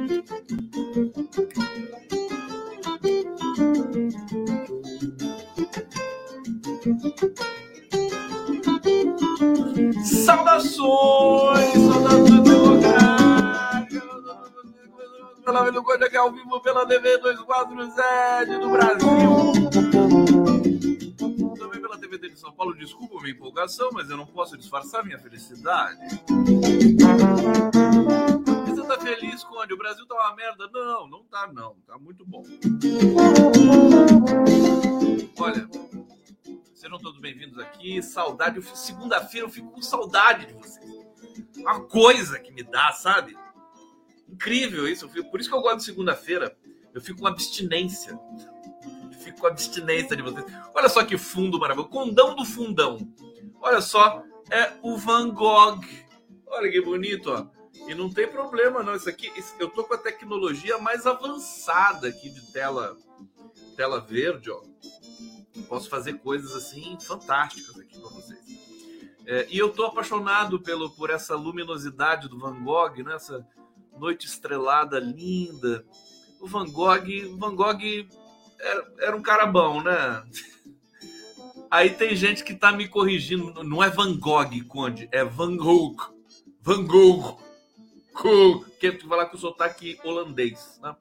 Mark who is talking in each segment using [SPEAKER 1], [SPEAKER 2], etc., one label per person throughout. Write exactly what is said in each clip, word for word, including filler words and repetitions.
[SPEAKER 1] Saudações, saudações democráticas. Pela Vila Conde aqui ao vivo pela T V dois quatro sete do Brasil. Também pela T V de São Paulo. Desculpa a minha empolgação, mas eu não posso disfarçar minha felicidade. Você tá feliz, Conde? O Brasil tá uma merda? Não, não tá não. Tá muito bom. Olha, sejam todos bem-vindos aqui. Saudade. Segunda-feira eu fico com saudade de vocês. Uma coisa que me dá, sabe? Incrível isso. Eu fico... Por isso que eu gosto de segunda-feira. Eu fico com abstinência. Eu fico com abstinência de vocês. Olha só que fundo maravilhoso. Condão do fundão. Olha só. É o Van Gogh. Olha que bonito, ó. E não tem problema, não. Isso aqui, eu tô com a tecnologia mais avançada aqui de tela, tela verde, ó. Posso fazer coisas assim fantásticas aqui para vocês. É, e eu tô apaixonado pelo, por essa luminosidade do Van Gogh, né? Essa noite estrelada linda. O Van Gogh, Van Gogh era, era um cara bom, né? Aí tem gente que tá me corrigindo. Não é Van Gogh, Conde, é Van Gogh. Van Gogh. Que tu vai lá com o sotaque holandês, né?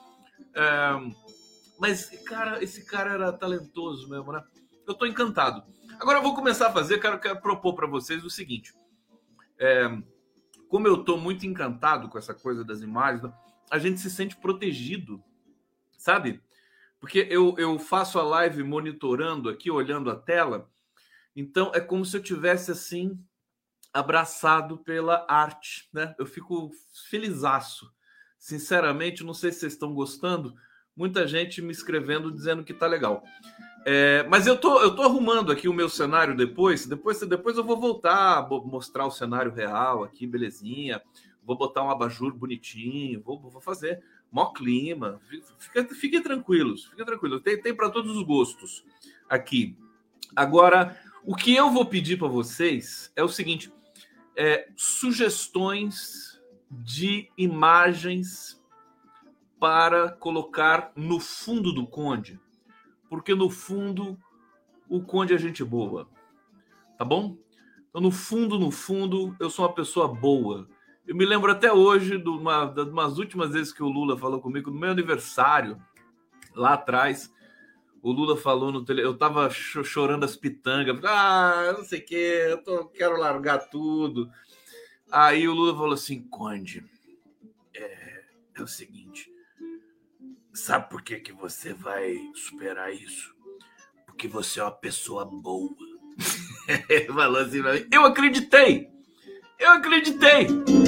[SPEAKER 1] É, mas, cara, esse cara era talentoso mesmo, né? Eu tô encantado. Agora eu vou começar a fazer, quero, quero propor para vocês o seguinte. É, como eu tô muito encantado com essa coisa das imagens, a gente se sente protegido, sabe? Porque eu, eu faço a live monitorando aqui, olhando a tela, então é como se eu tivesse assim... abraçado pela arte, né? Eu fico felizaço. Sinceramente, não sei se vocês estão gostando. Muita gente me escrevendo dizendo que tá legal. É, mas eu tô, eu tô arrumando aqui o meu cenário depois. Depois, depois eu vou voltar, vou mostrar o cenário real aqui, belezinha. Vou botar um abajur bonitinho. Vou, vou fazer mó clima. Fica, fiquem tranquilos, fiquem tranquilos. Tem, tem para todos os gostos aqui. Agora, o que eu vou pedir para vocês é o seguinte. É, sugestões de imagens para colocar no fundo do Conde, porque no fundo o Conde é gente boa, tá bom? Então, no fundo, no fundo, eu sou uma pessoa boa. Eu me lembro até hoje de uma das últimas vezes que o Lula falou comigo, no meu aniversário, lá atrás. O Lula falou no tele... Eu tava chorando as pitangas. Ah, não sei o quê, eu tô... quero largar tudo. Aí o Lula falou assim, Conde, é, é o seguinte, sabe por que, que você vai superar isso? Porque você é uma pessoa boa. Ele falou assim pra mim. Eu acreditei. Eu acreditei.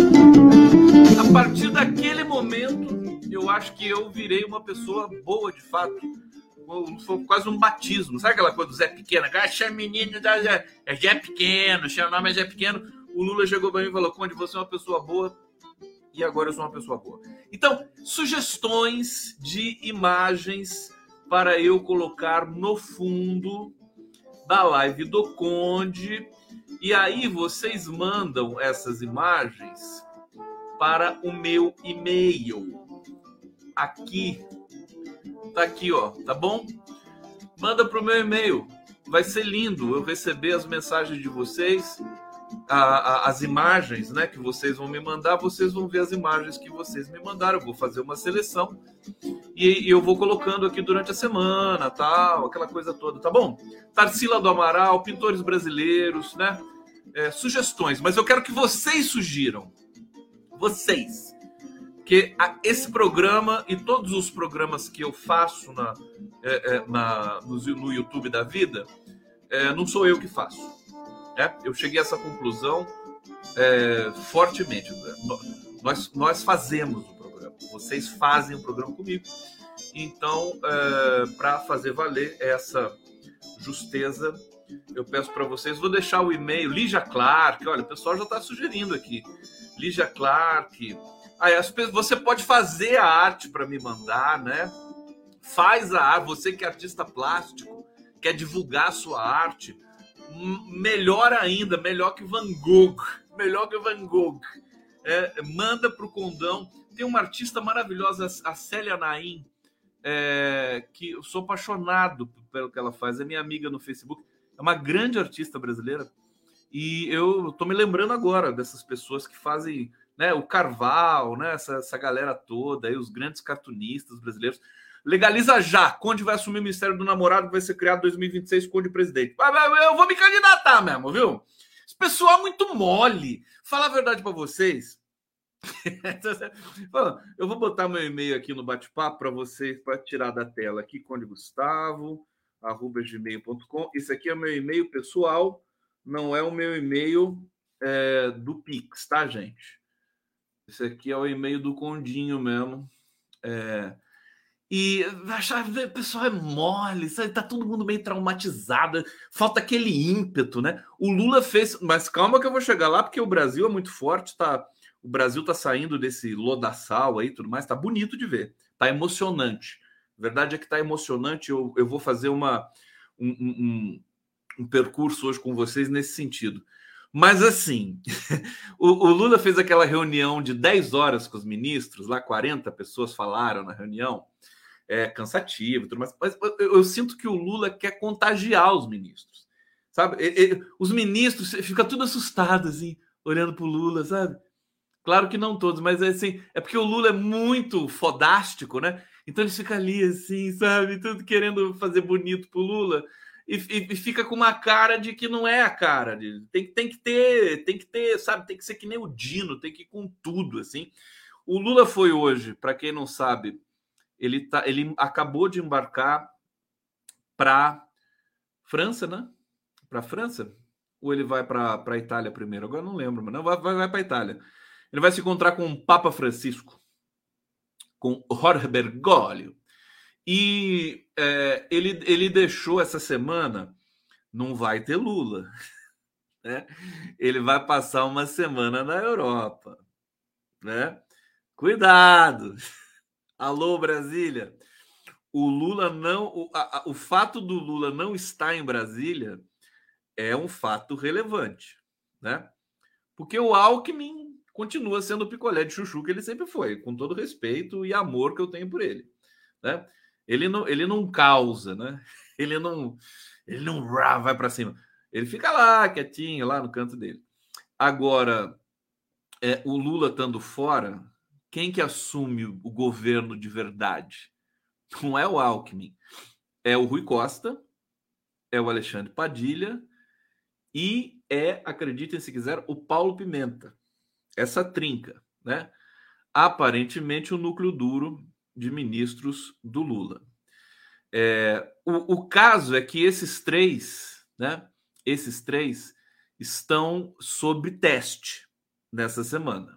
[SPEAKER 1] A partir daquele momento, eu acho que eu virei uma pessoa boa, de fato. Foi quase um batismo. Sabe aquela coisa do Zé Pequeno? Acha menino da Zé. É Zé Pequeno, seu nome é Zé Pequeno. O Lula chegou para mim e falou, Conde, você é uma pessoa boa e agora eu sou uma pessoa boa. Então, sugestões de imagens para eu colocar no fundo da live do Conde. E aí vocês mandam essas imagens para o meu e-mail. Aqui. Tá aqui, ó, tá bom? Manda pro meu e-mail. Vai ser lindo eu receber as mensagens de vocês, a, a, as imagens, né, que vocês vão me mandar. Vocês vão ver as imagens que vocês me mandaram. Eu vou fazer uma seleção e, e eu vou colocando aqui durante a semana, tal, aquela coisa toda, tá bom? Tarsila do Amaral, pintores brasileiros, né? É, sugestões, mas eu quero que vocês sugiram. Vocês. Que esse programa e todos os programas que eu faço na, é, na, no, no YouTube da vida, é, não sou eu que faço. Né? Eu cheguei a essa conclusão é, fortemente. Nós, nós fazemos o programa. Vocês fazem o programa comigo. Então, é, para fazer valer essa justeza, eu peço para vocês, vou deixar o e-mail, Lígia Clark, olha, o pessoal já está sugerindo aqui. Lígia Clark... Aí, você pode fazer a arte para me mandar, né? Faz a arte. Você que é artista plástico, quer divulgar a sua arte, melhor ainda, melhor que Van Gogh, melhor que Van Gogh. É, manda para o Condão. tem uma artista maravilhosa, a Célia Naim, é, que eu sou apaixonado pelo que ela faz. É minha amiga no Facebook. É uma grande artista brasileira. E eu tô me lembrando agora dessas pessoas que fazem, né, o Carval, né, essa, essa galera toda, aí, os grandes cartunistas brasileiros. Legaliza já. Conde vai assumir o Ministério do Namorado, que vai ser criado em dois mil e vinte e seis, Conde presidente. Eu vou me candidatar mesmo, viu? Esse pessoal é muito mole. Falar a verdade para vocês. Eu vou botar meu e-mail aqui no bate-papo para vocês, para tirar da tela aqui, conde gustavo arroba gmail ponto com. Esse aqui é meu e-mail pessoal, não é o meu e-mail é, do Pix, tá, gente? Esse aqui é o e-mail do Condinho mesmo. É... E achar, o pessoal é mole, sabe? Tá todo mundo meio traumatizado, falta aquele ímpeto, né? O Lula fez, mas calma que eu vou chegar lá, porque o Brasil é muito forte, tá? O Brasil tá saindo desse lodaçal aí, tudo mais, tá bonito de ver, tá emocionante. A verdade é que tá emocionante. Eu, eu vou fazer uma, um, um, um percurso hoje com vocês nesse sentido. Mas assim, o, o Lula fez aquela reunião de dez horas com os ministros, lá quarenta pessoas falaram na reunião. É cansativo, tudo mais, mas eu, eu sinto que o Lula quer contagiar os ministros, sabe? E, e, os ministros ficam tudo assustados, assim, olhando para o Lula, sabe? Claro que não todos, mas é assim, é porque o Lula é muito fodástico, né? Então eles ficam ali, assim, sabe? Tudo querendo fazer bonito pro Lula e, e, e fica com uma cara de que não é a cara. De, tem, tem que ter, tem que ter, sabe? Tem que ser que nem o Dino, tem que ir com tudo, assim. O Lula foi hoje, para quem não sabe, ele, tá, ele acabou de embarcar para França, né? Para França? Ou ele vai para a Itália primeiro? Agora não lembro, mas não, vai, vai, vai para a Itália. Ele vai se encontrar com o Papa Francisco, com Jorge Bergoglio. E é, ele, ele deixou essa semana, não vai ter Lula, né? Ele vai passar uma semana na Europa, né? Cuidado! Alô, Brasília! O Lula não, o, a, o fato do Lula não estar em Brasília é um fato relevante, né? Porque o Alckmin continua sendo o picolé de chuchu que ele sempre foi, com todo respeito e amor que eu tenho por ele, né? Ele não, ele não causa, né? Ele não, ele não vai para cima. Ele fica lá quietinho, lá no canto dele. Agora, é, o Lula estando fora, quem que assume o governo de verdade? Não é o Alckmin, é o Rui Costa, é o Alexandre Padilha e é, acreditem se quiser, o Paulo Pimenta. Essa trinca, né? Aparentemente o núcleo duro de ministros do Lula. É, o, o caso é que esses três, né? Esses três estão sob teste nessa semana.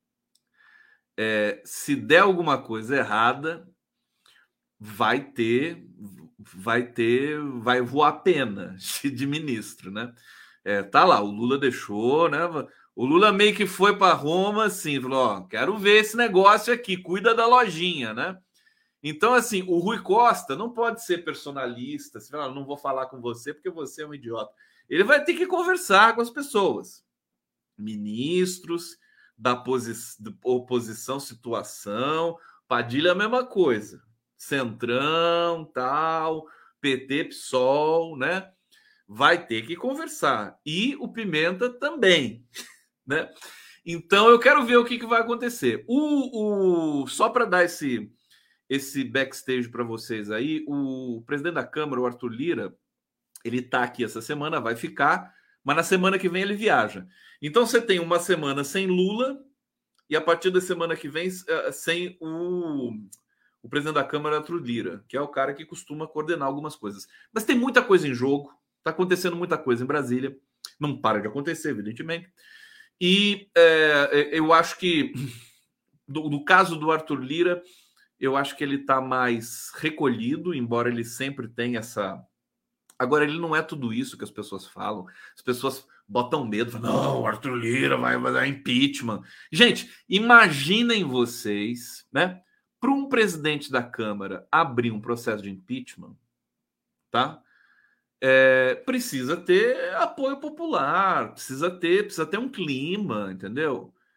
[SPEAKER 1] É, se der alguma coisa errada, vai ter, vai ter, vai voar pena de ministro, né? É, tá lá, o Lula deixou, né? O Lula meio que foi para Roma, assim, falou: ó, quero ver esse negócio aqui, cuida da lojinha, né? Então, assim, o Rui Costa não pode ser personalista, assim, não vou falar com você porque você é um idiota. Ele vai ter que conversar com as pessoas, ministros da oposição, situação. Padilha, a mesma coisa, Centrão, tal, P T, PSOL, né? Vai ter que conversar. E o Pimenta também, né? Então eu quero ver o que, que vai acontecer. O, o só para dar esse esse backstage para vocês aí, o presidente da Câmara, o Arthur Lira, ele está aqui essa semana, vai ficar, mas na semana que vem ele viaja. Então você tem uma semana sem Lula e a partir da semana que vem sem o, o presidente da Câmara, Arthur Lira, que é o cara que costuma coordenar algumas coisas. Mas tem muita coisa em jogo, está acontecendo muita coisa em Brasília, não para de acontecer, evidentemente. E é, eu acho que, do, do caso do Arthur Lira, eu acho que ele está mais recolhido, embora ele sempre tenha essa... Agora, ele não é tudo isso que as pessoas falam. As pessoas botam medo, falam, não, o Arthur Lira vai fazer impeachment. Gente, imaginem vocês, né? Para um presidente da Câmara abrir um processo de impeachment, tá? É, precisa ter apoio popular, precisa ter, precisa ter um clima, entendeu?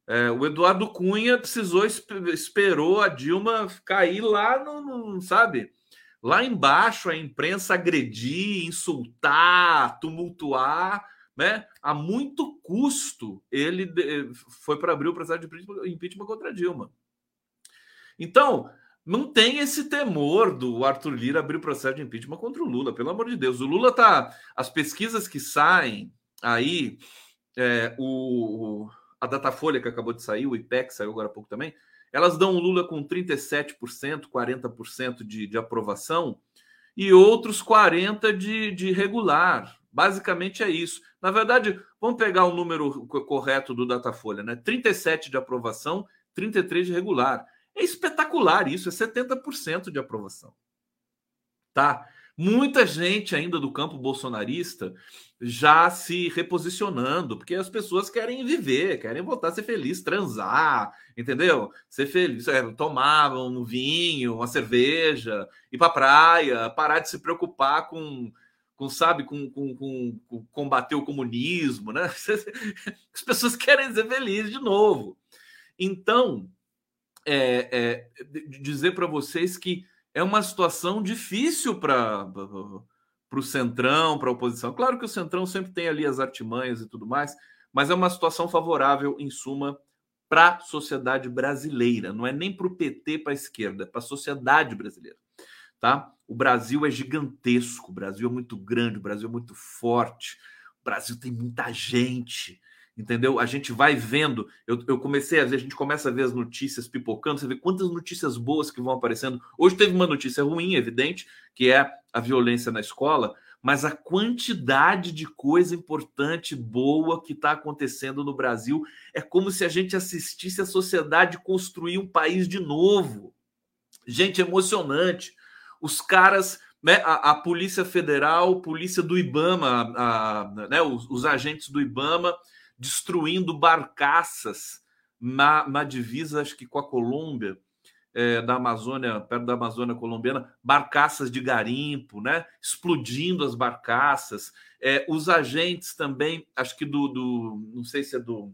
[SPEAKER 1] É, o Eduardo Cunha precisou, esperou a Dilma cair lá no, no, sabe? Lá embaixo, a imprensa agredir, insultar, tumultuar, né? A muito custo, ele foi para abrir o processo de impeachment contra a Dilma. Então, não tem esse temor do Arthur Lira abrir o processo de impeachment contra o Lula, pelo amor de Deus. O Lula tá. As pesquisas que saem aí, é, o, a Datafolha que acabou de sair, o I P E C saiu agora há pouco também, elas dão o Lula com trinta e sete por cento, quarenta por cento de, de aprovação e outros quarenta por cento de, de regular. Basicamente é isso. Na verdade, vamos pegar o número correto do Datafolha, né? trinta e sete de aprovação, trinta e três de regular. É espetacular isso, é setenta por cento de aprovação. Tá? Muita gente ainda do campo bolsonarista já se reposicionando, porque as pessoas querem viver, querem voltar a ser feliz, transar, entendeu? Ser feliz, é, tomar um vinho, uma cerveja, ir pra praia, parar de se preocupar com, com sabe, com, com, com, com combater o comunismo, né? As pessoas querem ser felizes de novo. Então, é, é, dizer para vocês que é uma situação difícil para o Centrão, para a oposição. Claro que o Centrão sempre tem ali as artimanhas e tudo mais, mas é uma situação favorável, em suma, para a sociedade brasileira. Não é nem para o P T, para a esquerda, é para a sociedade brasileira. Tá? O Brasil é gigantesco, o Brasil é muito grande, o Brasil é muito forte, o Brasil tem muita gente. Entendeu? A gente vai vendo, eu, eu comecei a ver, a gente começa a ver as notícias pipocando, você vê quantas notícias boas que vão aparecendo. Hoje teve uma notícia ruim, evidente, que é a violência na escola, mas a quantidade de coisa importante, boa que está acontecendo no Brasil é como se a gente assistisse a sociedade construir um país de novo. Gente, emocionante. Os caras, né, a, a Polícia Federal, Polícia do Ibama, a, a, né, os, os agentes do Ibama destruindo barcaças na, na divisa, acho que com a Colômbia, é, da Amazônia, perto da Amazônia colombiana, barcaças de garimpo, né? Explodindo as barcaças. É, os agentes também, acho que do, do não sei se é do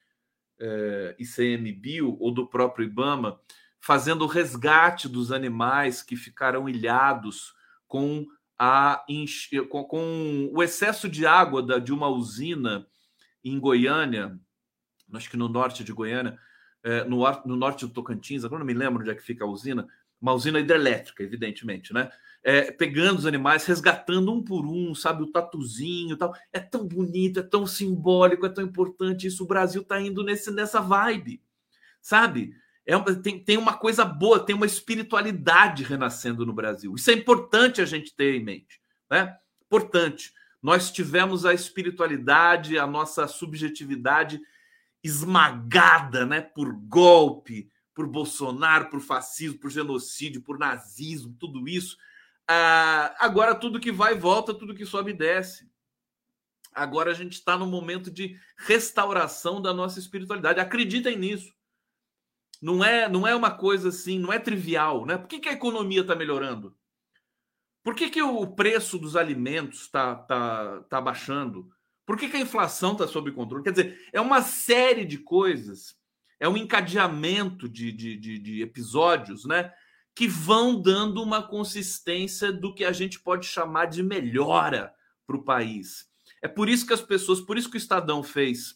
[SPEAKER 1] é, I C M Bio ou do próprio Ibama, fazendo o resgate dos animais que ficaram ilhados com, a, com, com o excesso de água da, de uma usina em Goiânia, acho que no norte de Goiânia, é, no, no norte do Tocantins, agora não me lembro onde é que fica a usina, uma usina hidrelétrica, evidentemente, né? É, pegando os animais, resgatando um por um, sabe, o tatuzinho e tal. É tão bonito, é tão simbólico, é tão importante isso. O Brasil tá indo nesse, nessa vibe, sabe? É, tem, tem uma coisa boa, tem uma espiritualidade renascendo no Brasil. Isso é importante a gente ter em mente, né? Importante. Nós tivemos a espiritualidade, a nossa subjetividade esmagada, né, por golpe, por Bolsonaro, por fascismo, por genocídio, por nazismo, tudo isso. Ah, agora tudo que vai volta, tudo que sobe e desce. Agora a gente está no momento de restauração da nossa espiritualidade. Acreditem nisso. Não é, não é uma coisa assim, não é trivial, né? Por que, que a economia está melhorando? Por que, que o preço dos alimentos está tá, tá baixando? Por que, que a inflação está sob controle? Quer dizer, é uma série de coisas, é um encadeamento de, de, de, de episódios, né, que vão dando uma consistência do que a gente pode chamar de melhora para o país. É por isso que as pessoas, por isso que o Estadão fez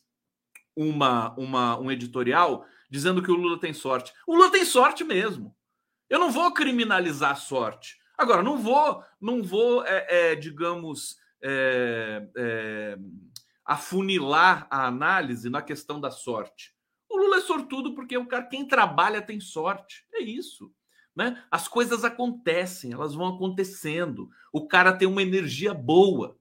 [SPEAKER 1] uma, uma, um editorial dizendo que o Lula tem sorte. O Lula tem sorte mesmo. Eu não vou criminalizar a sorte. Agora, não vou, não vou é, é, digamos, é, é, afunilar a análise na questão da sorte. O Lula é sortudo porque o cara, quem trabalha tem sorte. É isso. Né? As coisas acontecem, elas vão acontecendo. O cara tem uma energia boa.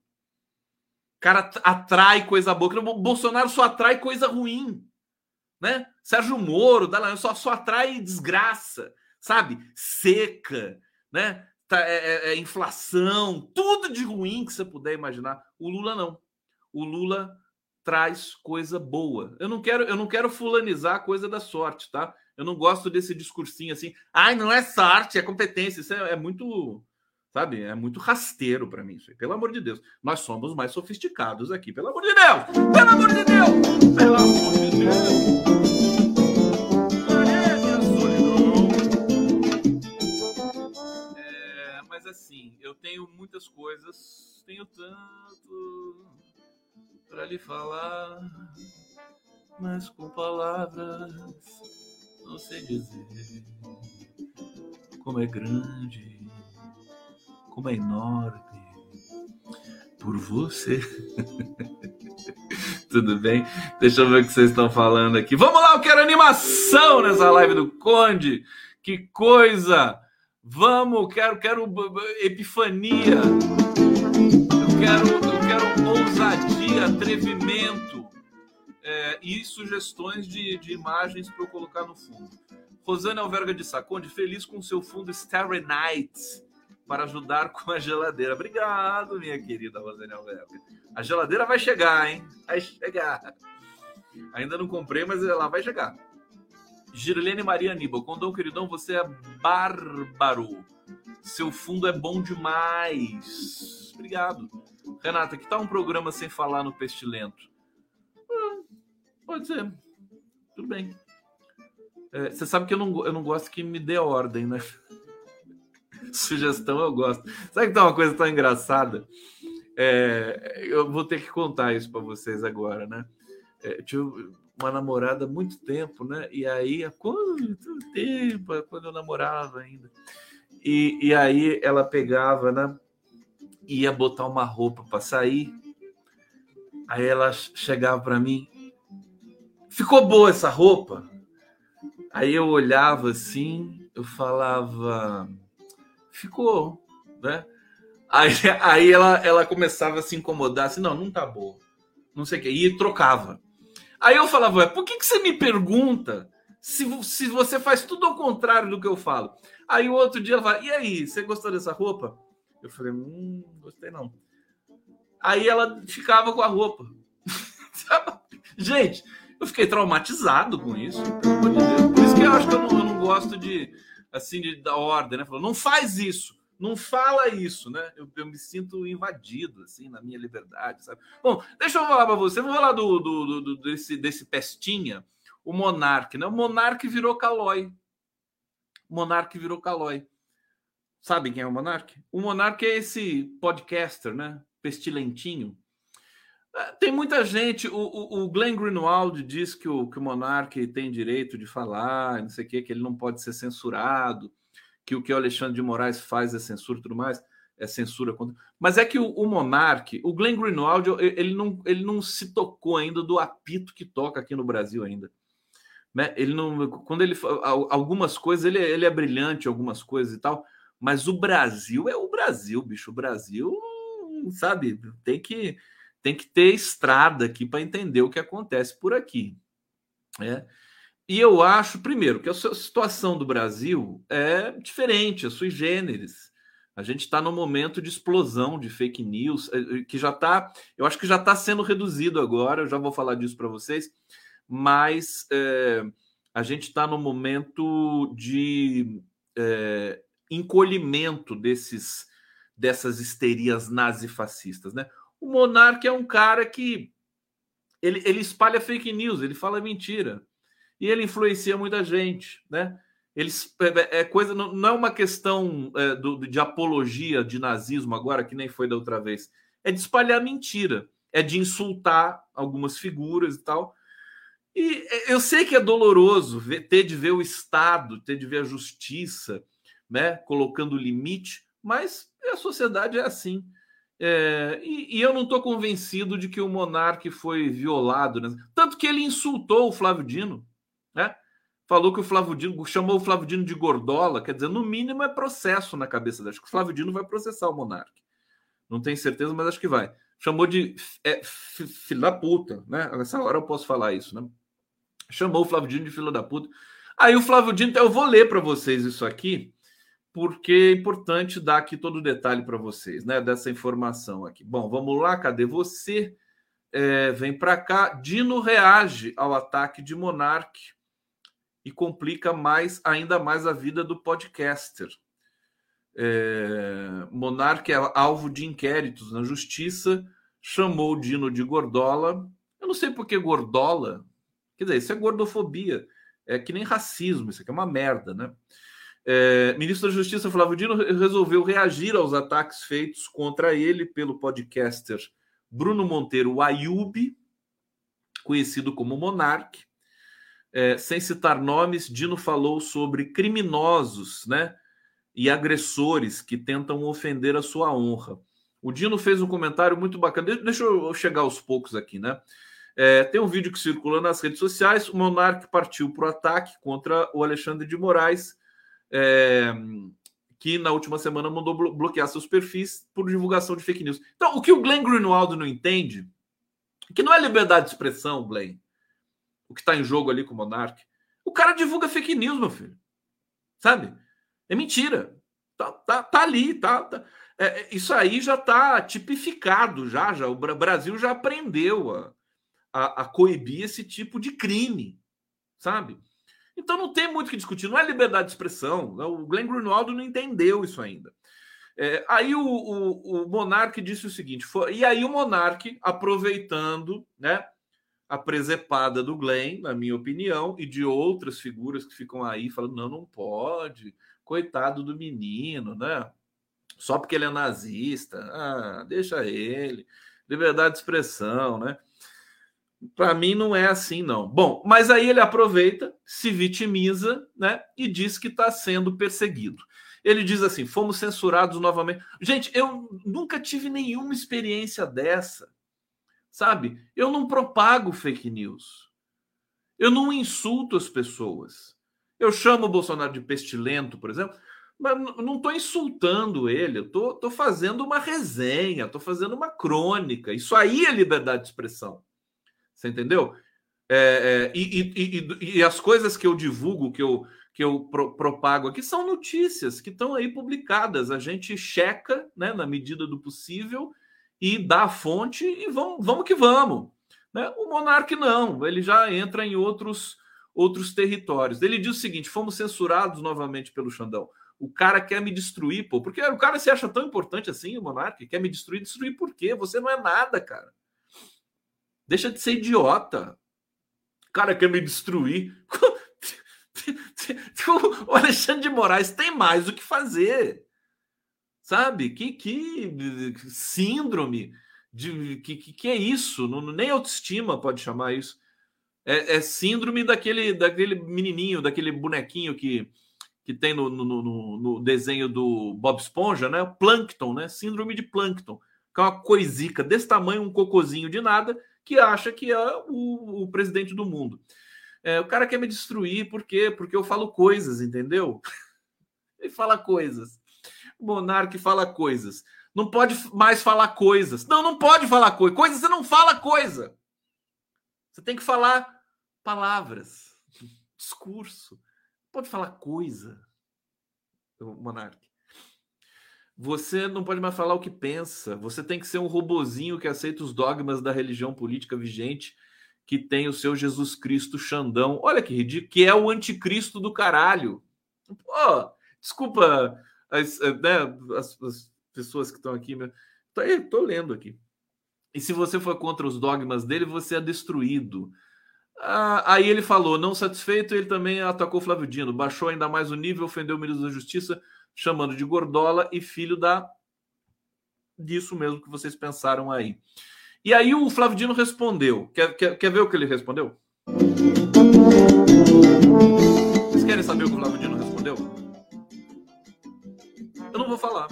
[SPEAKER 1] O cara atrai coisa boa. O Bolsonaro só atrai coisa ruim. Né? Sérgio Moro só, só atrai desgraça, sabe? Seca, né? É, é, é inflação, tudo de ruim que você puder imaginar. O Lula não. O Lula traz coisa boa. Eu não quero, eu não quero fulanizar a coisa da sorte, tá? Eu não gosto desse discursinho assim. Ai, não é sorte, é competência. Isso é, é muito, sabe? É muito rasteiro para mim isso aí. Pelo amor de Deus. Nós somos mais sofisticados aqui. Pelo amor de Deus! Pelo amor de Deus! Pelo amor de Deus! tenho muitas coisas, tenho tanto para lhe falar, mas com palavras não sei dizer como é grande, como é enorme por você. Tudo bem? Deixa eu ver o que vocês estão falando aqui. Vamos lá, eu quero animação nessa live do Conde. Que coisa! Vamos, quero, quero epifania. Eu quero, eu quero ousadia, atrevimento é, e sugestões de, de imagens para eu colocar no fundo. Rosane Alverga de Sá, Conde, feliz com seu fundo Starry Night para ajudar com a geladeira. Obrigado, minha querida Rosane Alverga. A geladeira vai chegar, hein? Vai chegar. Ainda não comprei, mas ela vai chegar. Girilene Maria Aníbal, Condão, queridão, você é bárbaro. Seu fundo é bom demais. Obrigado. Renata, que tal um programa sem falar no Pestilento? Hum, pode ser. Tudo bem. É, você sabe que eu não, eu não gosto que me dê ordem, né? Sugestão eu gosto. Sabe que tá uma coisa tão engraçada? É, eu vou ter que contar isso para vocês agora, né? É, eu tive uma namorada há muito tempo, né? E aí, há quanto tempo? Quando eu namorava ainda. E, e aí ela pegava, né? Ia botar uma roupa para sair. Aí ela chegava para mim. Ficou boa essa roupa? Aí eu olhava assim, eu falava... Ficou, né? Aí, aí ela, ela começava a se incomodar, assim, não, não tá boa. Não sei o que. E trocava. Aí eu falava, por que, que você me pergunta se, se você faz tudo ao contrário do que eu falo? Aí o outro dia ela fala, e aí, você gostou dessa roupa? Eu falei, hum, gostei não. Aí ela ficava com a roupa. Gente, eu fiquei traumatizado com isso, pelo amor de Deus. Por isso que eu acho que eu não, eu não gosto de, assim, de dar ordem, né? Falou, não faz isso. Não fala isso, né? Eu, eu me sinto invadido, assim, na minha liberdade, sabe? Bom, deixa eu falar para você. Vou falar do, do, do, desse, desse pestinha, o Monark, né? O Monark virou Calói. O Monark virou Calói. Sabem quem é o Monark? O Monark é esse podcaster, né? Pestilentinho. Tem muita gente... O, o, o Glenn Greenwald diz que o, que o Monark tem direito de falar, não sei o quê, que ele não pode ser censurado, que o que o Alexandre de Moraes faz é censura e tudo mais, é censura contra... Mas é que o, o Monark, o Glenn Greenwald, ele não, ele não se tocou ainda do apito que toca aqui no Brasil ainda. Né? Ele não, quando ele algumas coisas, ele, ele é brilhante, algumas coisas e tal, mas o Brasil é o Brasil, bicho. O Brasil, sabe, tem que, tem que ter estrada aqui para entender o que acontece por aqui. Né? E eu acho, primeiro, que a situação do Brasil é diferente, é sui generis. A gente está num momento de explosão de fake news, que já está, eu acho que já está sendo reduzido agora, eu já vou falar disso para vocês, mas é, a gente está num momento de é, encolhimento desses, dessas histerias nazifascistas, né? O Monark é um cara que ele, ele espalha fake news, ele fala mentira. E ele influencia muita gente, né? Eles, é, é coisa, não, não é uma questão é, do, de apologia de nazismo agora, que nem foi da outra vez. É de espalhar mentira, é de insultar algumas figuras e tal. E eu sei que é doloroso ver, ter de ver o Estado, ter de ver a justiça, né, colocando limite, mas a sociedade é assim. É, e, e eu não estou convencido de que o Monark foi violado, né? Tanto que ele insultou o Flávio Dino. Né? Falou que o Flávio Dino, chamou o Flávio Dino de gordola, quer dizer, no mínimo é processo na cabeça dele. Acho que o Flávio Dino vai processar o Monark. Não tenho certeza, mas acho que vai. Chamou de é, filho da puta, né? Nessa hora eu posso falar isso, né? Chamou o Flávio Dino de filho da puta. Aí o Flávio Dino, eu vou ler para vocês isso aqui, porque é importante dar aqui todo o detalhe para vocês, né? Dessa informação aqui. Bom, vamos lá, cadê você? É, vem para cá. Dino reage ao ataque de Monark e complica mais, ainda mais a vida do podcaster. É, Monark é alvo de inquéritos na justiça, chamou o Dino de gordola. Eu não sei por que gordola. Quer dizer, isso é gordofobia. É que nem racismo, isso aqui é uma merda, né? É, ministro da Justiça Flávio Dino resolveu reagir aos ataques feitos contra ele pelo podcaster Bruno Monteiro Ayub, conhecido como Monark. É, sem citar nomes, Dino falou sobre criminosos, né, e agressores que tentam ofender a sua honra. O Dino fez um comentário muito bacana. Deixa eu chegar aos poucos aqui, né? É, tem um vídeo que circula nas redes sociais. O Monark partiu para o ataque contra o Alexandre de Moraes, é, que na última semana mandou blo- bloquear seus perfis por divulgação de fake news. Então, o que o Glenn Greenwald não entende, que não é liberdade de expressão, Glenn, o que está em jogo ali com o Monark. O cara divulga fake news, meu filho. Sabe? É mentira. Tá, tá, tá ali, tá... tá. É, isso aí já está tipificado, já, já. O Brasil já aprendeu a, a, a coibir esse tipo de crime, sabe? Então não tem muito o que discutir, não é liberdade de expressão. O Glenn Greenwald não entendeu isso ainda. É, aí o, o, o Monark disse o seguinte, foi, e aí o Monark, aproveitando, né, a presepada do Glenn, na minha opinião, e de outras figuras que ficam aí falando, não, não pode, coitado do menino, né? Só porque ele é nazista, ah, deixa ele, liberdade de expressão, né? Para mim não é assim, não. Bom, mas aí ele aproveita, se vitimiza, né? E diz que está sendo perseguido. Ele diz assim: fomos censurados novamente. Gente, eu nunca tive nenhuma experiência dessa, sabe? Eu não propago fake news. Eu não insulto as pessoas. Eu chamo o Bolsonaro de pestilento, por exemplo, mas não estou insultando ele. Eu estou fazendo uma resenha, estou fazendo uma crônica. Isso aí é liberdade de expressão. Você entendeu? É, é, e, e, e, e as coisas que eu divulgo, que eu, que eu pro, propago aqui, são notícias que estão aí publicadas. A gente checa, né, na medida do possível e dá a fonte e vamos, vamos que vamos. Né? O Monark não, ele já entra em outros, outros territórios. Ele diz o seguinte: fomos censurados novamente pelo Xandão. O cara quer me destruir, pô. Porque o cara se acha tão importante assim, o Monark, quer me destruir. Destruir por quê? Você não é nada, cara. Deixa de ser idiota. O cara quer me destruir. O Alexandre de Moraes tem mais o que fazer. Sabe? Que, que síndrome. De, que, que é isso? Não, nem autoestima pode chamar isso. É, é síndrome daquele, daquele menininho, daquele bonequinho que, que tem no, no, no, no desenho do Bob Esponja, né? Plâncton, né? Síndrome de Plâncton. Que é uma coisica desse tamanho, um cocôzinho de nada, que acha que é o, o presidente do mundo. É, o cara quer me destruir, por quê? Porque eu falo coisas, entendeu? Ele fala coisas. O Monark fala coisas. Não pode mais falar coisas. Não, não pode falar coisa. Coisa, você não fala coisa. Você tem que falar palavras, discurso. Não pode falar coisa, Monark. Você não pode mais falar o que pensa. Você tem que ser um robozinho que aceita os dogmas da religião política vigente, que tem o seu Jesus Cristo Xandão. Olha que ridículo, que é o anticristo do caralho. Pô, desculpa as, né, as, as pessoas que estão aqui. Tô, tô lendo aqui. E se você for contra os dogmas dele, você é destruído. Ah, aí ele falou, não satisfeito, ele também atacou Flávio Dino, baixou ainda mais o nível, ofendeu o ministro da Justiça, chamando de gordola e filho da... disso mesmo que vocês pensaram aí. E aí o Flávio Dino respondeu. Quer, quer, quer ver o que ele respondeu? Vocês querem saber o que o Flávio Dino respondeu? Eu não vou falar.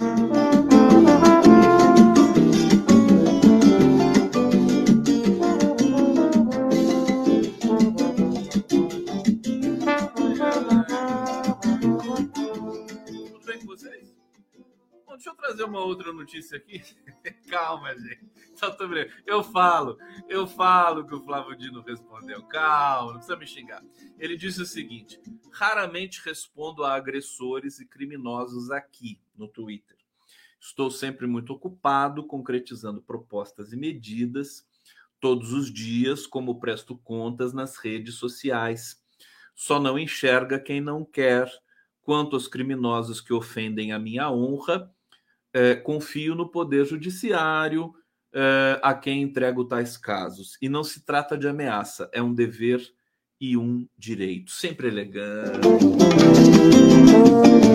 [SPEAKER 1] Tudo bem com vocês? Bom, deixa eu trazer uma outra notícia aqui. Calma, gente. Eu falo, eu falo que o Flávio Dino respondeu. Calma, não precisa me xingar. Ele disse o seguinte: raramente respondo a agressores e criminosos aqui no Twitter. Estou sempre muito ocupado concretizando propostas e medidas todos os dias, como presto contas nas redes sociais. Só não enxerga quem não quer. Quanto aos criminosos que ofendem a minha honra, é, confio no poder judiciário, é, a quem entrego tais casos. E não se trata de ameaça, é um dever e um direito. Sempre elegante.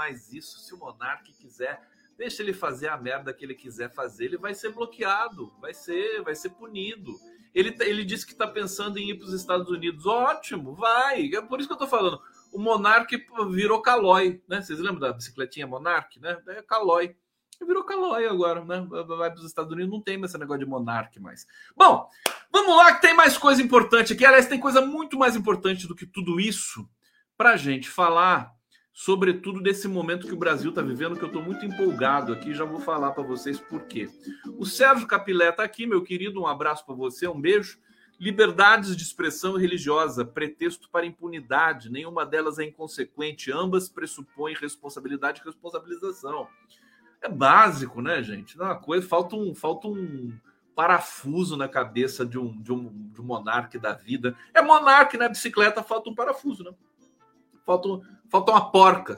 [SPEAKER 1] mais isso. Se o monarca quiser, deixa ele fazer a merda que ele quiser fazer, ele vai ser bloqueado, vai ser, vai ser punido. Ele, ele disse que está pensando em ir para os Estados Unidos. Ótimo, vai. É por isso que eu estou falando. O Monark virou Calói, né? Vocês lembram da bicicletinha Monark, né? É Calói. Virou Calói agora, né? Vai para os Estados Unidos, não tem mais esse negócio de Monark mais. Bom, vamos lá que tem mais coisa importante aqui. Aliás, tem coisa muito mais importante do que tudo isso para a gente falar, sobretudo desse momento que o Brasil está vivendo, que eu estou muito empolgado aqui, já vou falar para vocês por quê. O Sérgio Capilé está aqui, meu querido, um abraço para você, um beijo. Liberdades de expressão religiosa, pretexto para impunidade, nenhuma delas é inconsequente, ambas pressupõem responsabilidade e responsabilização. É básico, né, gente? Não é uma coisa, falta um, falta um parafuso na cabeça de um, de um, de um monarca da vida. É monarca na bicicleta, falta um parafuso, né? Falta, um, falta uma porca.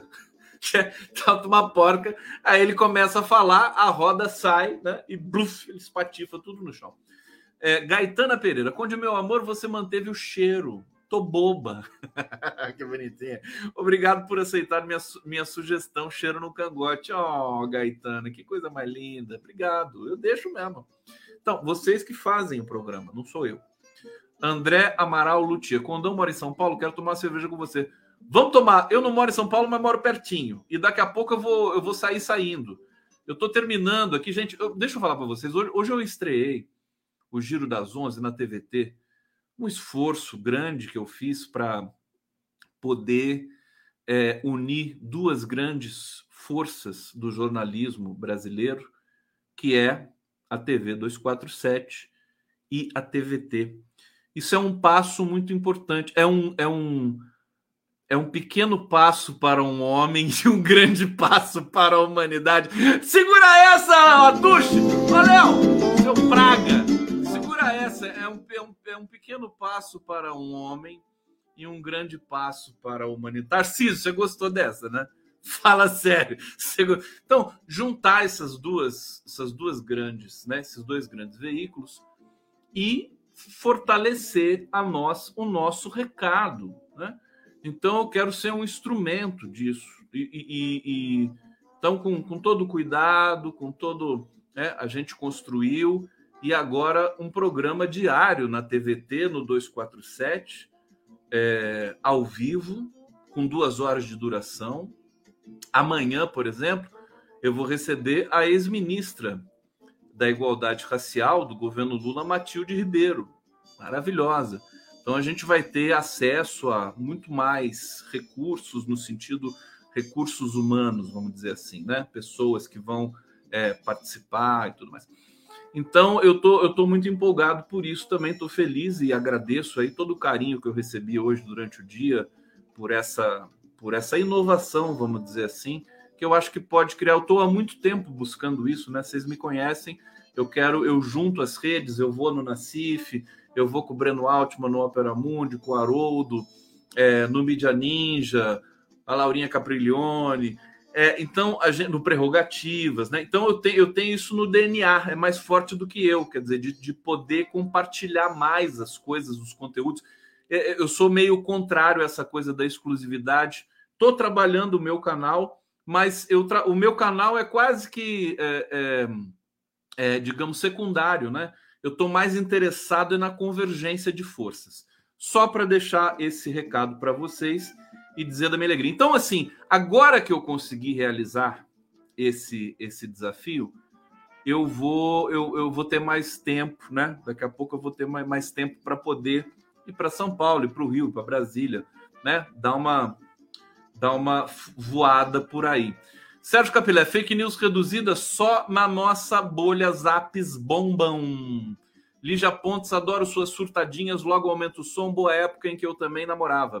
[SPEAKER 1] Falta uma porca, aí ele começa a falar, a roda sai, né? E bluf, ele espatifa tudo no chão. É, Gaetana Pereira, Conde, meu amor, você manteve o cheiro. Tô boba. Que bonitinha. Obrigado por aceitar minha, minha sugestão, cheiro no cangote. Oh, Gaetana, que coisa mais linda. Obrigado, eu deixo mesmo. Então, vocês que fazem o programa, não sou eu. André Amaral Lutia, Condão mora em São Paulo, quero tomar cerveja com você. Vamos tomar. Eu não moro em São Paulo, mas moro pertinho. E daqui a pouco eu vou, eu vou sair saindo. Eu tô terminando aqui, gente. Eu, deixa eu falar para vocês. Hoje, hoje eu estreei o Giro das Onze na T V T, um esforço grande que eu fiz para poder é, unir duas grandes forças do jornalismo brasileiro, que é a T V duzentos e quarenta e sete e a T V T. Isso é um passo muito importante, é um, é um, é um pequeno passo para um homem e um grande passo para a humanidade. Segura essa, Atushi! Valeu, seu praga! Essa é um, é, um, é um pequeno passo para um homem e um grande passo para a humanidade. Tarcísio, você gostou dessa, né? Fala sério. Você... Então, juntar essas duas, essas duas grandes, né? Esses dois grandes veículos e fortalecer a nós o nosso recado, né? Então, eu quero ser um instrumento disso. E, e, e então, com, com todo cuidado, com todo, né, a gente construiu. E agora um programa diário na T V T, no duzentos e quarenta e sete, é, ao vivo, com duas horas de duração. Amanhã, por exemplo, eu vou receber a ex-ministra da Igualdade Racial do governo Lula, Matilde Ribeiro. Maravilhosa. Então a gente vai ter acesso a muito mais recursos, no sentido recursos humanos, vamos dizer assim, né? Pessoas que vão é, participar e tudo mais. Então, eu tô, eu tô muito empolgado por isso também, estou feliz e agradeço aí todo o carinho que eu recebi hoje durante o dia por essa, por essa inovação, vamos dizer assim, que eu acho que pode criar. Eu estou há muito tempo buscando isso, né? Vocês me conhecem, eu quero, eu junto as redes, eu vou no Nassif, eu vou com o Breno Altman no Opera Mundi, com o Haroldo, é, no Mídia Ninja, a Laurinha Capriglione... É, então, a gente, no Prerrogativas, né? Então, eu tenho, eu tenho isso no D N A, é mais forte do que eu, quer dizer, de, de poder compartilhar mais as coisas, os conteúdos. É, eu sou meio contrário a essa coisa da exclusividade. Estou trabalhando o meu canal, mas eu tra... o meu canal é quase que, é, é, é, digamos, secundário, né? Eu estou mais interessado na convergência de forças. Só para deixar esse recado para vocês e dizer da minha alegria. Então, assim, agora que eu consegui realizar esse, esse desafio, eu vou, eu, eu vou ter mais tempo, né? Daqui a pouco eu vou ter mais, mais tempo para poder ir para São Paulo, ir para o Rio, para Brasília, né? Dar uma, dar uma voada por aí. Sérgio Capilé, fake news reduzida só na nossa bolha, zaps bombam. Lígia Pontes, adoro suas surtadinhas, logo aumenta o som, boa época em que eu também namorava.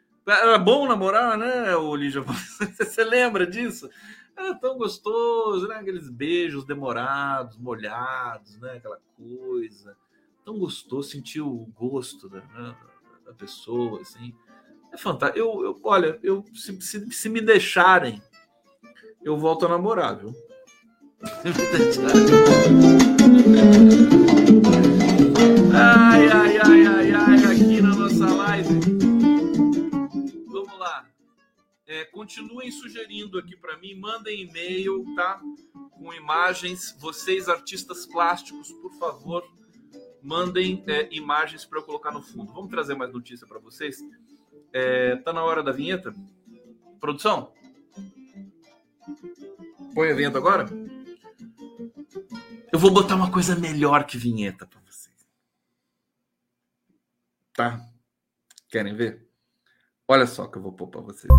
[SPEAKER 1] Era bom namorar, né, ô Lígia? Você lembra disso? Era tão gostoso, né? Aqueles beijos demorados, molhados, né? Aquela coisa. Tão gostoso, sentir o gosto da, né, da pessoa, assim. É fantástico. Eu, eu, olha, eu, se, se, se me deixarem, eu volto a namorar, viu? Ai, ai, ai, ai, ai, aqui na nossa live. Vamos lá. É, continuem sugerindo aqui para mim, mandem e-mail, tá? Com imagens. Vocês, artistas plásticos, por favor, mandem é, imagens para eu colocar no fundo. Vamos trazer mais notícia para vocês. É, tá na hora da vinheta? Produção? Põe a vinheta agora? Eu vou botar uma coisa melhor que vinheta para vocês. Tá? Querem ver? Olha só que eu vou pôr para vocês.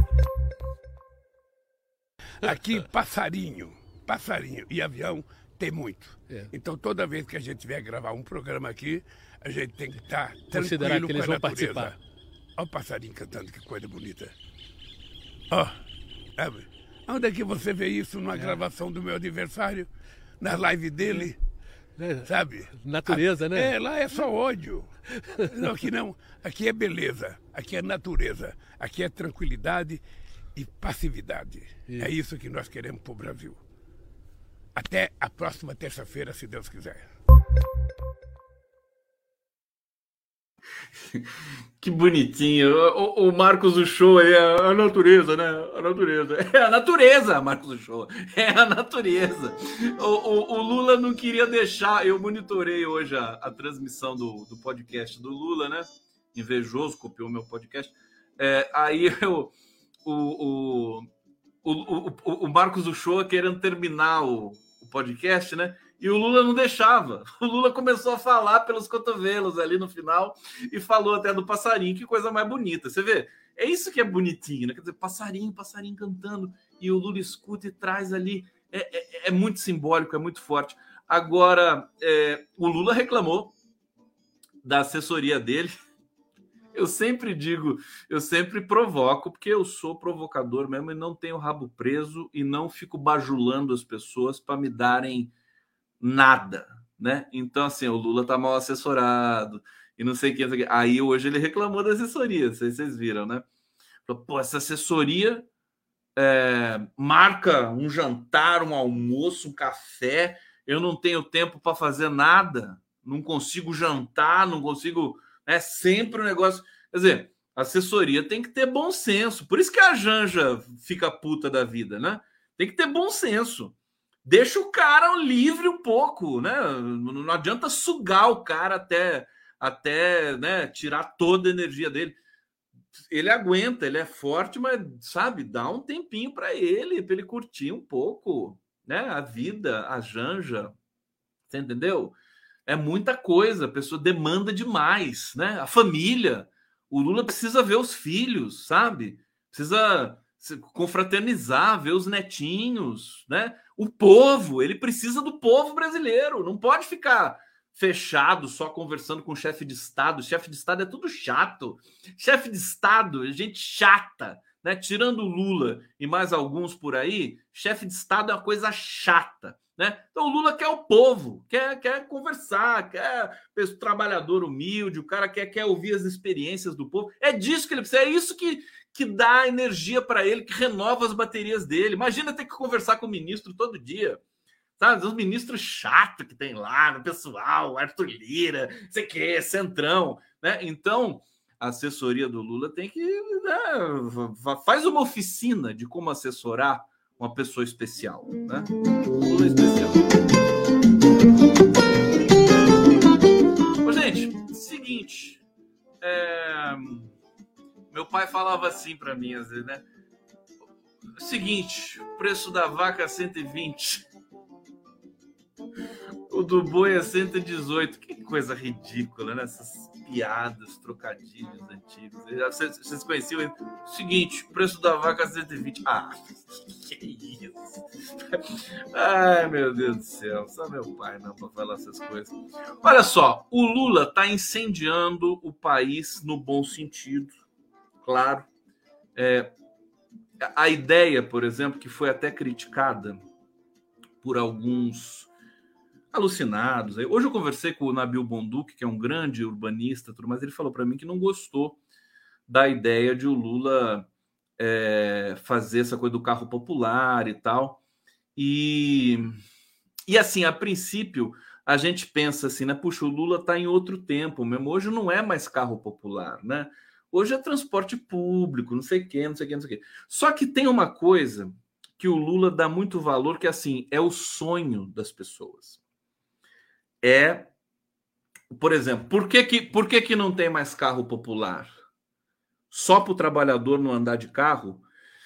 [SPEAKER 2] Aqui, passarinho, passarinho e avião tem muito.
[SPEAKER 3] É.
[SPEAKER 2] Então, toda vez que a gente vier gravar um programa aqui, a gente tem que estar
[SPEAKER 3] Considerar
[SPEAKER 2] tranquilo
[SPEAKER 3] que eles
[SPEAKER 2] com a
[SPEAKER 3] vão
[SPEAKER 2] natureza.
[SPEAKER 3] participar.
[SPEAKER 2] Olha o passarinho cantando, que coisa bonita. Ó, sabe? Onde é que você vê isso numa
[SPEAKER 3] É.
[SPEAKER 2] gravação do meu aniversário? Na live dele?
[SPEAKER 3] É.
[SPEAKER 2] Sabe?
[SPEAKER 3] Natureza,
[SPEAKER 2] A-
[SPEAKER 3] né?
[SPEAKER 2] É, lá é só ódio. Não, aqui não. Aqui é beleza. Aqui é natureza. Aqui é tranquilidade e passividade.
[SPEAKER 3] Isso.
[SPEAKER 2] É isso que nós queremos para o Brasil. Até a próxima terça-feira, se Deus quiser.
[SPEAKER 1] Que bonitinho. O, o Marcos do Show aí, é a natureza, né? A natureza. É a natureza, Marcos do Show. É a natureza. O, o, o Lula não queria deixar. Eu monitorei hoje a, a transmissão do, do podcast do Lula, né? Invejoso, copiou meu podcast. É, aí eu, o, o, o, o, o Marcos do Show querendo terminar o, o podcast, né? E o Lula não deixava. O Lula começou a falar pelos cotovelos ali no final e falou até do passarinho. Que coisa mais bonita. Você vê? É isso que é bonitinho, né? Quer dizer, passarinho, passarinho cantando e o Lula escuta e traz ali. É, é, é muito simbólico, é muito forte. Agora, é, o Lula reclamou da assessoria dele. Eu sempre digo, eu sempre provoco, porque eu sou provocador mesmo e não tenho rabo preso e não fico bajulando as pessoas para me darem nada, né? Então, assim, o Lula tá mal assessorado e não sei o que, não sei o que. Aí hoje ele reclamou da assessoria, não sei se vocês viram, né? Falou, pô, essa assessoria é, marca um jantar, um almoço, um café, eu não tenho tempo para fazer nada, não consigo jantar, não consigo... É sempre um negócio... Quer dizer, a assessoria tem que ter bom senso. Por isso que a Janja fica puta da vida, né? Tem que ter bom senso. Deixa o cara livre um pouco, né? Não adianta sugar o cara até, até né, tirar toda a energia dele. Ele aguenta, ele é forte, mas, sabe, dá um tempinho para ele, para ele curtir um pouco, né? A vida, a Janja, você entendeu? É muita coisa, a pessoa demanda demais, né? A família, o Lula precisa ver os filhos, sabe? Precisa confraternizar, ver os netinhos, né? O povo, ele precisa do povo brasileiro, não pode ficar fechado só conversando com o chefe de Estado. O chefe de Estado é tudo chato. Chefe de Estado é gente chata, né? Tirando o Lula e mais alguns por aí, chefe de Estado é uma coisa chata, né? Então o Lula quer o povo, quer, quer conversar, quer o trabalhador humilde, o cara quer, quer ouvir as experiências do povo. É disso que ele precisa, é isso que, que dá energia para ele, que renova as baterias dele. Imagina ter que conversar com o ministro todo dia, sabe? Os ministros chatos que tem lá no pessoal, Arthur Lira, não sei o que, Centrão, né? Então a assessoria do Lula tem que, né, faz uma oficina de como assessorar uma pessoa especial, né? Lula especial. Ô, gente, seguinte, é... meu pai falava assim para mim às vezes, né? Seguinte, o preço da vaca é cento e vinte, o do boi é cento e dezoito. Que coisa ridícula, né? Essas piadas, trocadilhos antigos. Vocês, vocês conheciam o seguinte, o preço da vaca é cento e vinte. Ah, que isso? Ai, meu Deus do céu. Só meu pai não para falar essas coisas. Olha só, o Lula está incendiando o país no bom sentido, claro. É, a ideia, por exemplo, que foi até criticada por alguns alucinados. Hoje eu conversei com o Nabil Bonduque, que é um grande urbanista, mas ele falou para mim que não gostou da ideia de o Lula é, fazer essa coisa do carro popular e tal. E, e assim, a princípio, a gente pensa assim, né? Puxa, o Lula está em outro tempo mesmo. Hoje não é mais carro popular, né? Hoje é transporte público, não sei o quê, não sei o quê, não sei o quê. Só que tem uma coisa que o Lula dá muito valor, que assim, é o sonho das pessoas. É, por exemplo, por que que, por que, que não tem mais carro popular? Só para o trabalhador não andar de carro?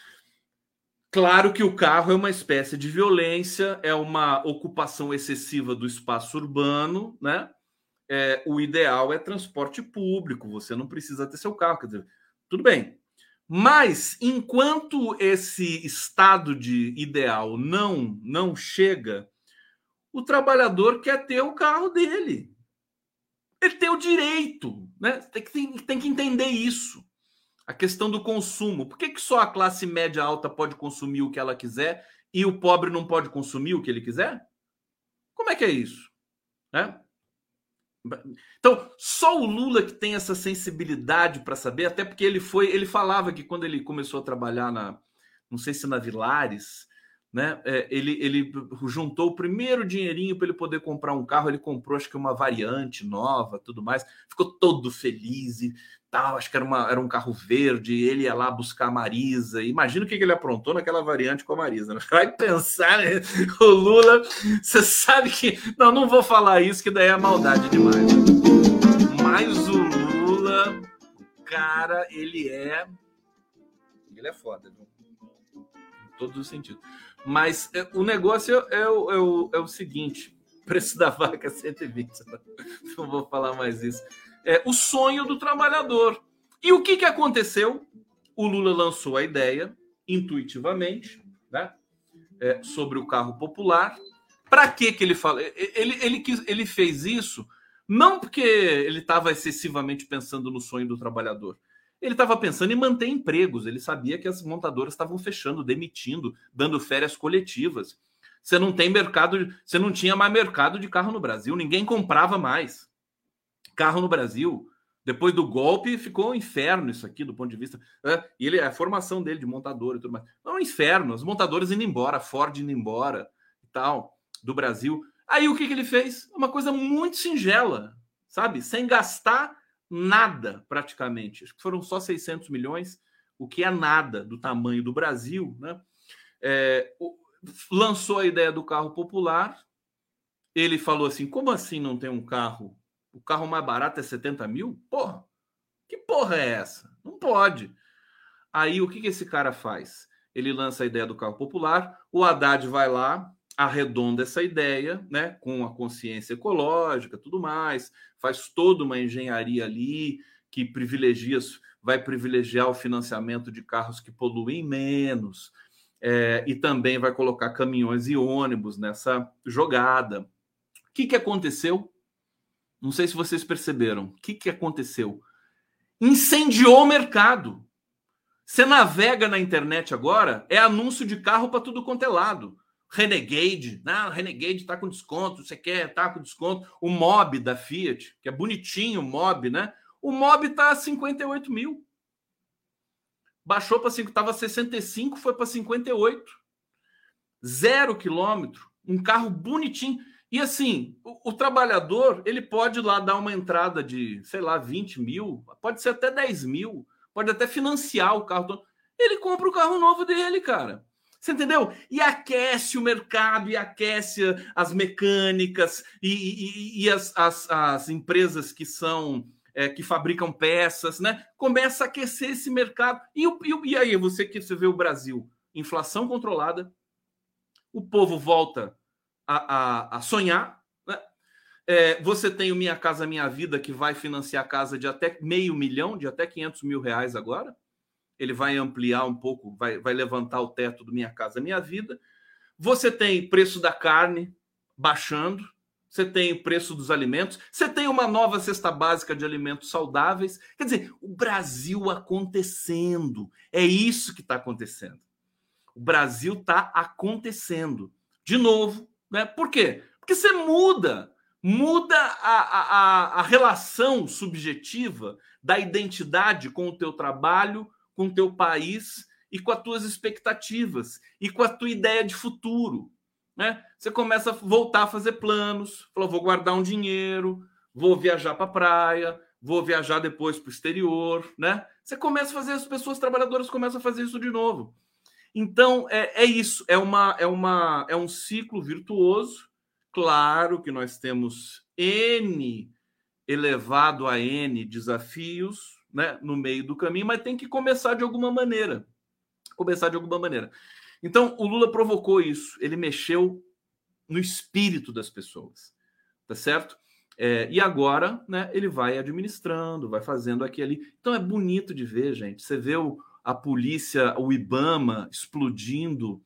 [SPEAKER 1] Claro que o carro é uma espécie de violência, é uma ocupação excessiva do espaço urbano, né? É, o ideal é transporte público, você não precisa ter seu carro, quer dizer, tudo bem. Mas enquanto esse estado de ideal não não chega, o trabalhador quer ter o carro dele. Ele tem o direito, né? Tem que, tem, tem que entender isso. A questão do consumo. Por que, que só a classe média alta pode consumir o que ela quiser e o pobre não pode consumir o que ele quiser? Como é que é isso? Né? Então, só o Lula que tem essa sensibilidade para saber, até porque ele foi, ele falava que quando ele começou a trabalhar na, não sei se na Vilares, né, é, ele, ele juntou o primeiro dinheirinho para ele poder comprar um carro, ele comprou acho que uma variante nova, tudo mais, ficou todo feliz e tal, acho que era, uma, era um carro verde, ele ia lá buscar a Marisa, imagina o que ele aprontou naquela variante com a Marisa, né? Vai pensar, né? O Lula, você sabe que, não, não vou falar isso, que daí é maldade demais, né? Mas o Lula, cara, ele é, ele é foda, viu? Em todos os sentidos. Mas é, o negócio é, é, o, é, o, é o seguinte, preço da vaca cento e vinte, não vou falar mais isso. É o sonho do trabalhador. E o que, que aconteceu? O Lula lançou a ideia, intuitivamente, né, é, sobre o carro popular. Para que que ele fala? Ele, ele, quis, ele fez isso não porque ele estava excessivamente pensando no sonho do trabalhador. Ele estava pensando em manter empregos. Ele sabia que as montadoras estavam fechando, demitindo, dando férias coletivas. Você não tem mercado, você não tinha mais mercado de carro no Brasil. Ninguém comprava mais carro no Brasil. Depois do golpe, ficou um inferno isso aqui, do ponto de vista... É, e ele, a formação dele de montador e tudo mais. Não, é um inferno. As montadoras indo embora, a Ford indo embora e tal, do Brasil. Aí o que, que ele fez? Uma coisa muito singela, sabe? Sem gastar nada, praticamente. Acho que foram só seiscentos milhões, o que é nada do tamanho do Brasil, né? É, o, lançou a ideia do carro popular. Ele falou assim, como assim não tem um carro? O carro mais barato é setenta mil? Porra, que porra é essa? Não pode. Aí o que, que esse cara faz? Ele lança a ideia do carro popular, o Haddad vai lá, arredonda essa ideia, né, com a consciência ecológica, tudo mais, faz toda uma engenharia ali que privilegia, vai privilegiar o financiamento de carros que poluem menos, é, e também vai colocar caminhões e ônibus nessa jogada. O que, que aconteceu? Não sei se vocês perceberam. O que, que aconteceu? Incendiou o mercado. Você navega na internet agora, é anúncio de carro para tudo quanto é lado. Renegade, não, Renegade está com desconto, você quer, tá com desconto. O Mobi da Fiat, que é bonitinho o Mobi, né? O Mobi está a cinquenta e oito mil. Baixou para cinco, estava sessenta e cinco, foi para cinquenta e oito. Zero quilômetro, um carro bonitinho. E assim, o, o trabalhador, ele pode lá dar uma entrada de, sei lá, vinte mil, pode ser até dez mil, pode até financiar o carro. Ele compra o carro novo dele, cara. Você entendeu? E aquece o mercado, e aquece as mecânicas, e, e, e as, as, as empresas que são, é, que fabricam peças, né? Começa a aquecer esse mercado. E, e, e aí, você que você vê o Brasil, inflação controlada, o povo volta A, a, a sonhar, né? É, você tem o Minha Casa Minha Vida, que vai financiar a casa de até meio milhão, de até quinhentos mil reais agora. Ele vai ampliar um pouco, vai, vai levantar o teto do Minha Casa Minha Vida. Você tem preço da carne baixando, você tem o preço dos alimentos, você tem uma nova cesta básica de alimentos saudáveis. Quer dizer, o Brasil acontecendo. É isso que está acontecendo. O Brasil está acontecendo. De novo, né? Por quê? Porque você muda, muda a, a, a relação subjetiva da identidade com o teu trabalho, com o teu país e com as tuas expectativas e com a tua ideia de futuro, né? Você começa a voltar a fazer planos, falou, vou guardar um dinheiro, vou viajar para a praia, vou viajar depois para o exterior, né? Você começa a fazer, as pessoas trabalhadoras começam a fazer isso de novo. Então, é, é isso, é, uma, é, uma, é um ciclo virtuoso. Claro que nós temos N elevado a N desafios, né, no meio do caminho, mas tem que começar de alguma maneira. Começar de alguma maneira. Então, o Lula provocou isso, ele mexeu no espírito das pessoas, tá certo? É, e agora, né, ele vai administrando, vai fazendo aqui e ali. Então é bonito de ver, gente. Você vê o, a polícia, o IBAMA explodindo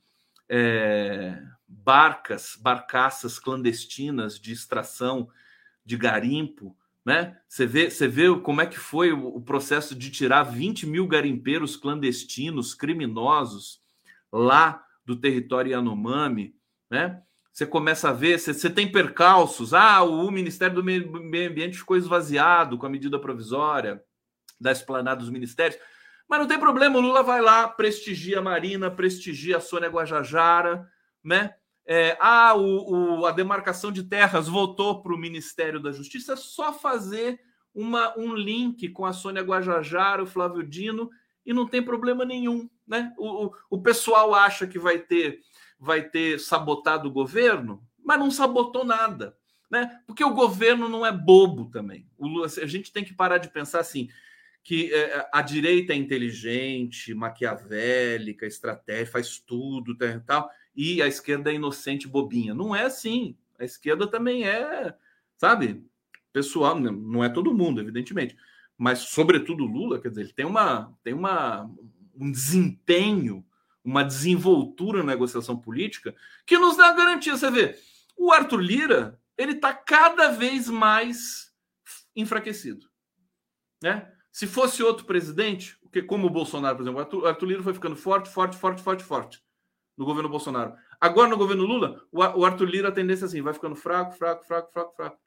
[SPEAKER 1] é, barcas, barcaças clandestinas de extração de garimpo, né? Você vê, você vê como é que foi o, o processo de tirar vinte mil garimpeiros clandestinos, criminosos, lá do território Yanomami, né? Você começa a ver, você, você tem percalços. Ah, o Ministério do Meio Ambiente ficou esvaziado com a medida provisória da esplanada dos ministérios. Mas não tem problema, o Lula vai lá, prestigia a Marina, prestigia a Sônia Guajajara, né? É, ah, o, o, a demarcação de terras voltou para o Ministério da Justiça. É só fazer uma, um link com a Sônia Guajajara, o Flávio Dino, e não tem problema nenhum, né? O, o, o pessoal acha que vai ter, vai ter sabotado o governo, mas não sabotou nada, né? Porque o governo não é bobo também. O Lula, a gente tem que parar de pensar assim, que é, a direita é inteligente, maquiavélica, estratégica, faz tudo e tal, e a esquerda é inocente, bobinha. Não é assim. A esquerda também é, sabe, pessoal, não é todo mundo, evidentemente, mas sobretudo o Lula, quer dizer, ele tem uma, tem uma, um desempenho, uma desenvoltura na negociação política que nos dá garantia. Você vê, o Arthur Lira, ele está cada vez mais enfraquecido, né? Se fosse outro presidente, porque como o Bolsonaro, por exemplo, o Arthur, Arthur Lira foi ficando forte, forte, forte, forte, forte no governo Bolsonaro. Agora, no governo Lula, o, o Arthur Lira, a tendência é assim, vai ficando fraco, fraco, fraco, fraco, fraco.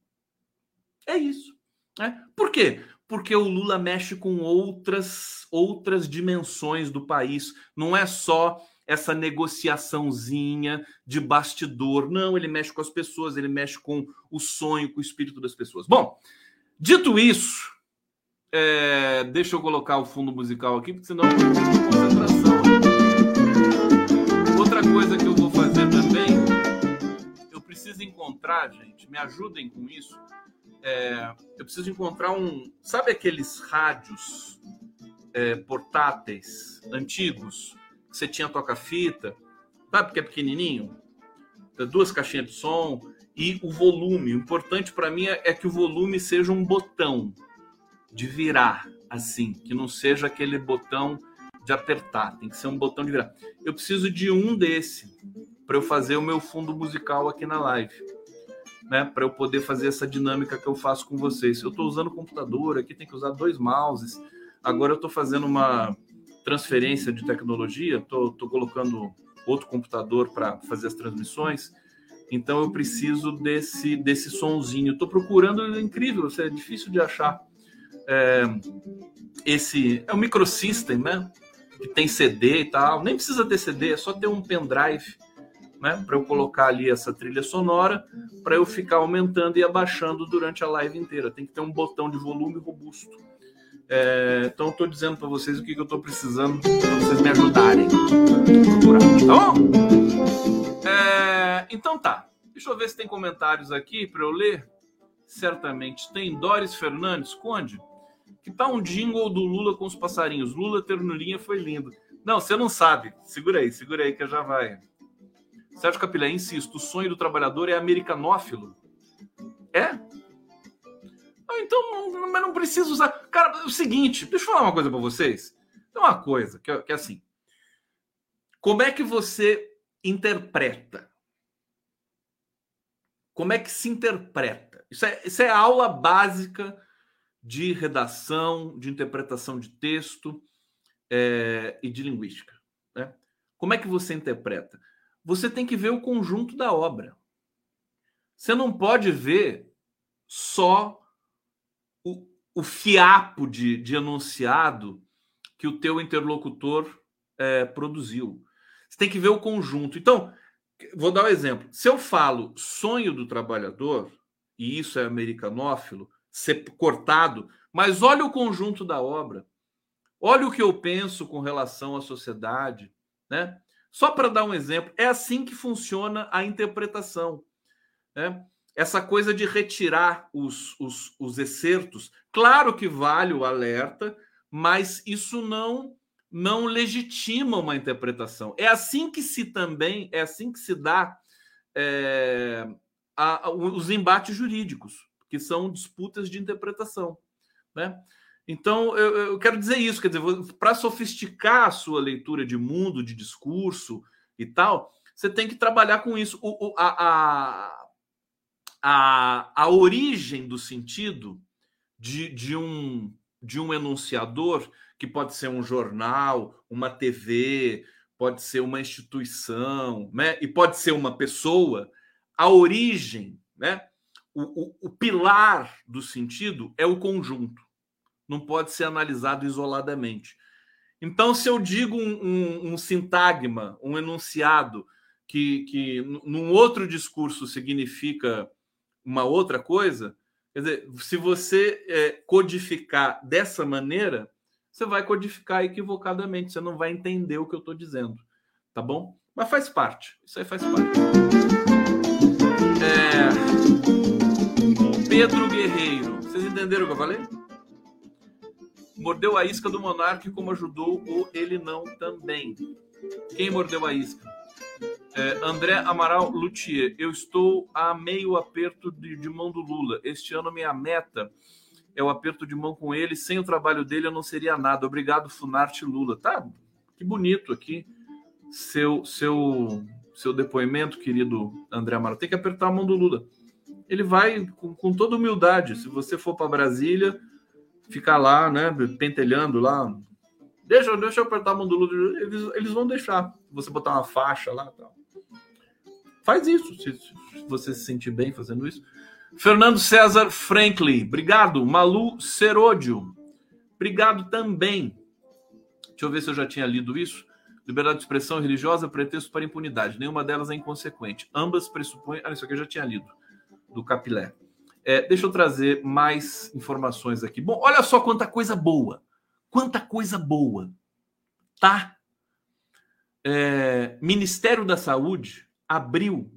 [SPEAKER 1] É isso, né? Por quê? Porque o Lula mexe com outras, outras dimensões do país. Não é só essa negociaçãozinha de bastidor. Não, ele mexe com as pessoas, ele mexe com o sonho, com o espírito das pessoas. Bom, dito isso, É, deixa eu colocar o fundo musical aqui, porque senão eu vou ter concentração. Outra coisa que eu vou fazer também, eu preciso encontrar, gente, me ajudem com isso. É, eu preciso encontrar um... Sabe aqueles rádios é, portáteis, antigos, que você tinha toca-fita, sabe, porque é pequenininho? Duas caixinhas de som e o volume. O importante para mim é, é que o volume seja um botão de virar, assim, que não seja aquele botão de apertar, tem que ser um botão de virar. Eu preciso de um desse para eu fazer o meu fundo musical aqui na live, né? Para eu poder fazer essa dinâmica que eu faço com vocês. Eu estou usando o computador, aqui tem que usar dois mouses. Agora eu estou fazendo uma transferência de tecnologia, estou colocando outro computador para fazer as transmissões. Então eu preciso desse, desse sonzinho. Estou procurando, é incrível, é difícil de achar. É, esse é um microsystem, né? Que tem C D e tal. Nem precisa ter C D, é só ter um pendrive, né? Para eu colocar ali essa trilha sonora, para eu ficar aumentando e abaixando durante a live inteira. Tem que ter um botão de volume robusto. É, então, eu estou dizendo para vocês o que, que eu estou precisando para vocês me ajudarem a procurar, tá bom? É, então tá. Deixa eu ver se tem comentários aqui para eu ler. Certamente tem. Doris Fernandes, Conde, que tá um jingle do Lula com os passarinhos. Lula ternurinha foi lindo. Não, você não sabe. Segura aí, segura aí que já vai. Sérgio Capilé, insisto, o sonho do trabalhador é americanófilo. É? Ah, então, não, mas não precisa usar. Cara, é o seguinte, deixa eu falar uma coisa para vocês. Tem uma coisa que é, que é assim. Como é que você interpreta? Como é que se interpreta? Isso é, isso é a aula básica de redação, de interpretação de texto é, e de linguística, né? Como é que você interpreta? Você tem que ver o conjunto da obra. Você não pode ver só o, o fiapo de, de enunciado que o teu interlocutor é, produziu. Você tem que ver o conjunto. Então, vou dar um exemplo. Se eu falo sonho do trabalhador, e isso é americanófilo, ser cortado, mas olha o conjunto da obra. Olha o que eu penso com relação à sociedade, né? Só para dar um exemplo, é assim que funciona a interpretação, né? Essa coisa de retirar os, os, os excertos, claro que vale o alerta, mas isso não não legitima uma interpretação. É assim que se também, é assim que se dá é, a, a, os embates jurídicos, que são disputas de interpretação, né? Então, eu, eu quero dizer isso, quer dizer, para sofisticar a sua leitura de mundo, de discurso e tal, você tem que trabalhar com isso. O, o, a, a, a, a origem do sentido de, de, um, de um enunciador, que pode ser um jornal, uma T V, pode ser uma instituição, né? E pode ser uma pessoa, a origem, né? O, o, o pilar do sentido é o conjunto. Não pode ser analisado isoladamente. Então, se eu digo um, um, um sintagma, um enunciado, que, que num outro discurso significa uma outra coisa, quer dizer, se você é, codificar dessa maneira, você vai codificar equivocadamente, você não vai entender o que eu estou dizendo, tá bom? Mas faz parte, isso aí faz parte. É... Pedro Guerreiro, vocês entenderam o que eu falei? Mordeu a isca do monarca como ajudou o ele não também. Quem mordeu a isca? É, André Amaral Luthier. Eu estou a meio aperto de, de mão do Lula. Este ano minha meta é o aperto de mão com ele. Sem o trabalho dele eu não seria nada. Obrigado, Funarte Lula. Tá, que bonito aqui seu, seu, seu depoimento, querido André Amaral. Tem que apertar a mão do Lula. Ele vai com, com toda humildade. Se você for para Brasília, ficar lá, né, pentelhando lá, deixa, deixa eu apertar a mão do Lula, eles, eles vão deixar você botar uma faixa lá e tal. Faz isso, se, se você se sentir bem fazendo isso. Fernando César Franklin, obrigado. Malu Seródio, obrigado também. Deixa eu ver se eu já tinha lido isso. Liberdade de expressão religiosa, pretexto para impunidade. Nenhuma delas é inconsequente. Ambas pressupõem... Ah, isso aqui eu já tinha lido, do Capilé. É, deixa eu trazer mais informações aqui. Bom, olha só quanta coisa boa. Quanta coisa boa. Tá? É, Ministério da Saúde abriu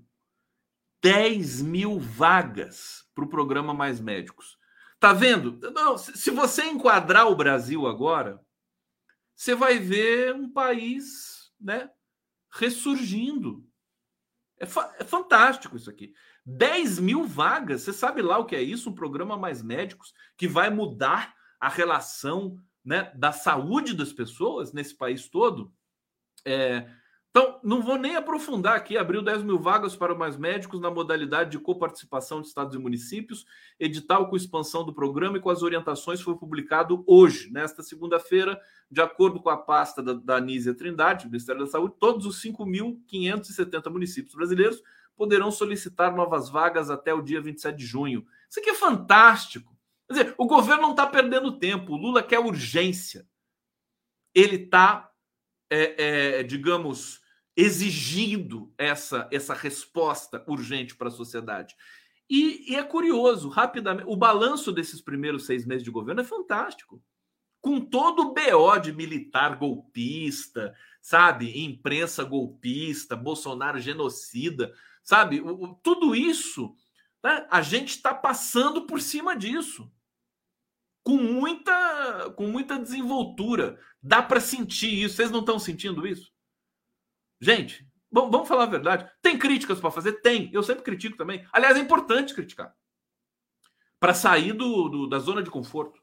[SPEAKER 1] dez mil vagas para o programa Mais Médicos. Tá vendo? Não, se você enquadrar o Brasil agora, você vai ver um país, né, ressurgindo. É, fa- é fantástico isso aqui. dez mil vagas, você sabe lá o que é isso? Um programa Mais Médicos que vai mudar a relação, né, da saúde das pessoas nesse país todo. É, então, não vou nem aprofundar aqui. Abriu dez mil vagas para Mais Médicos na modalidade de coparticipação de estados e municípios. Edital com expansão do programa e com as orientações foi publicado hoje, nesta segunda-feira, de acordo com a pasta da, da Anísia Trindade, do Ministério da Saúde. Todos os cinco mil quinhentos e setenta municípios brasileiros poderão solicitar novas vagas até o dia vinte e sete de junho. Isso aqui é fantástico. Quer dizer, o governo não está perdendo tempo. O Lula quer urgência. Ele está, é, é, digamos, exigindo essa, essa resposta urgente para a sociedade. E, e é curioso, rapidamente, o balanço desses primeiros seis meses de governo é fantástico. Com todo o B O de militar golpista, sabe? Imprensa golpista, Bolsonaro genocida, sabe? O, o, tudo isso, né? A gente está passando por cima disso. Com muita, com muita desenvoltura. Dá para sentir isso. Vocês não estão sentindo isso? Gente, vamos, vamos falar a verdade. Tem críticas para fazer? Tem. Eu sempre critico também. Aliás, é importante criticar. Para sair do, do, da zona de conforto.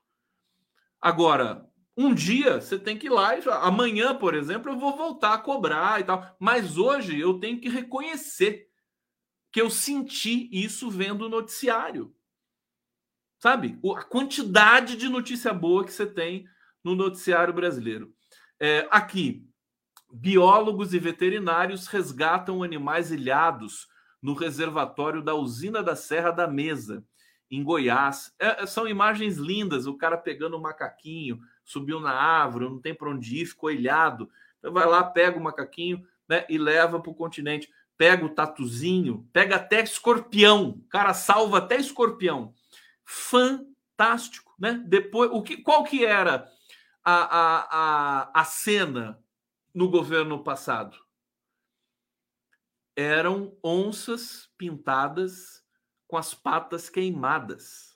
[SPEAKER 1] Agora, um dia você tem que ir lá e já, amanhã, por exemplo, eu vou voltar a cobrar e tal. Mas hoje eu tenho que reconhecer que eu senti isso vendo o noticiário. Sabe? A quantidade de notícia boa que você tem no noticiário brasileiro. É, aqui, biólogos e veterinários resgatam animais ilhados no reservatório da usina da Serra da Mesa, em Goiás. É, são imagens lindas, o cara pegando um macaquinho, subiu na árvore, não tem para onde ir, ficou ilhado. Então vai lá, pega o macaquinho, né, e leva para o continente. Pega o tatuzinho, pega até escorpião. O cara salva até escorpião. fantástico, né? Depois, o que, qual que era a, a, a, a cena no governo passado? Eram onças pintadas com as patas queimadas.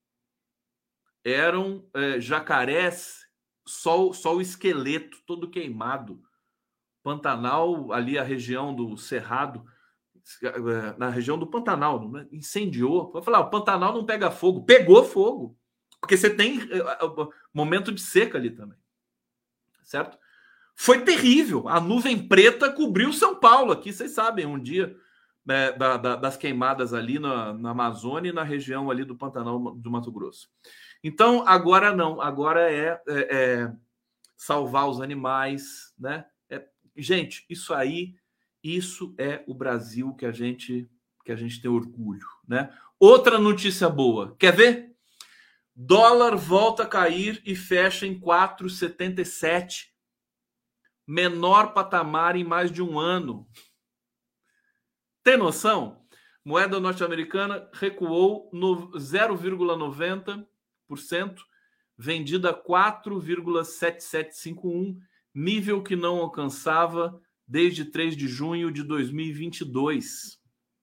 [SPEAKER 1] Eram é, jacarés, só, só o esqueleto todo queimado. Pantanal, ali a região do Cerrado, na região do Pantanal, né? Incendiou. Vai falar, o Pantanal não pega fogo. Pegou fogo. Porque você tem uh, momento de seca ali também. Certo? Foi terrível. A nuvem preta cobriu São Paulo aqui, vocês sabem, um dia né, da, da, das queimadas ali na, na Amazônia e na região ali do Pantanal do Mato Grosso. Então, agora não. Agora é, é, é salvar os animais, né? É, gente, isso aí, isso é o Brasil que a gente, que a gente tem orgulho, né? Outra notícia boa. Quer ver? Dólar volta a cair e fecha em quatro vírgula setenta e sete. Menor patamar em mais de um ano. Tem noção? Moeda norte-americana recuou no zero vírgula noventa por cento, vendida a quatro vírgula sete sete cinco um, nível que não alcançava desde três de junho de dois mil e vinte e dois.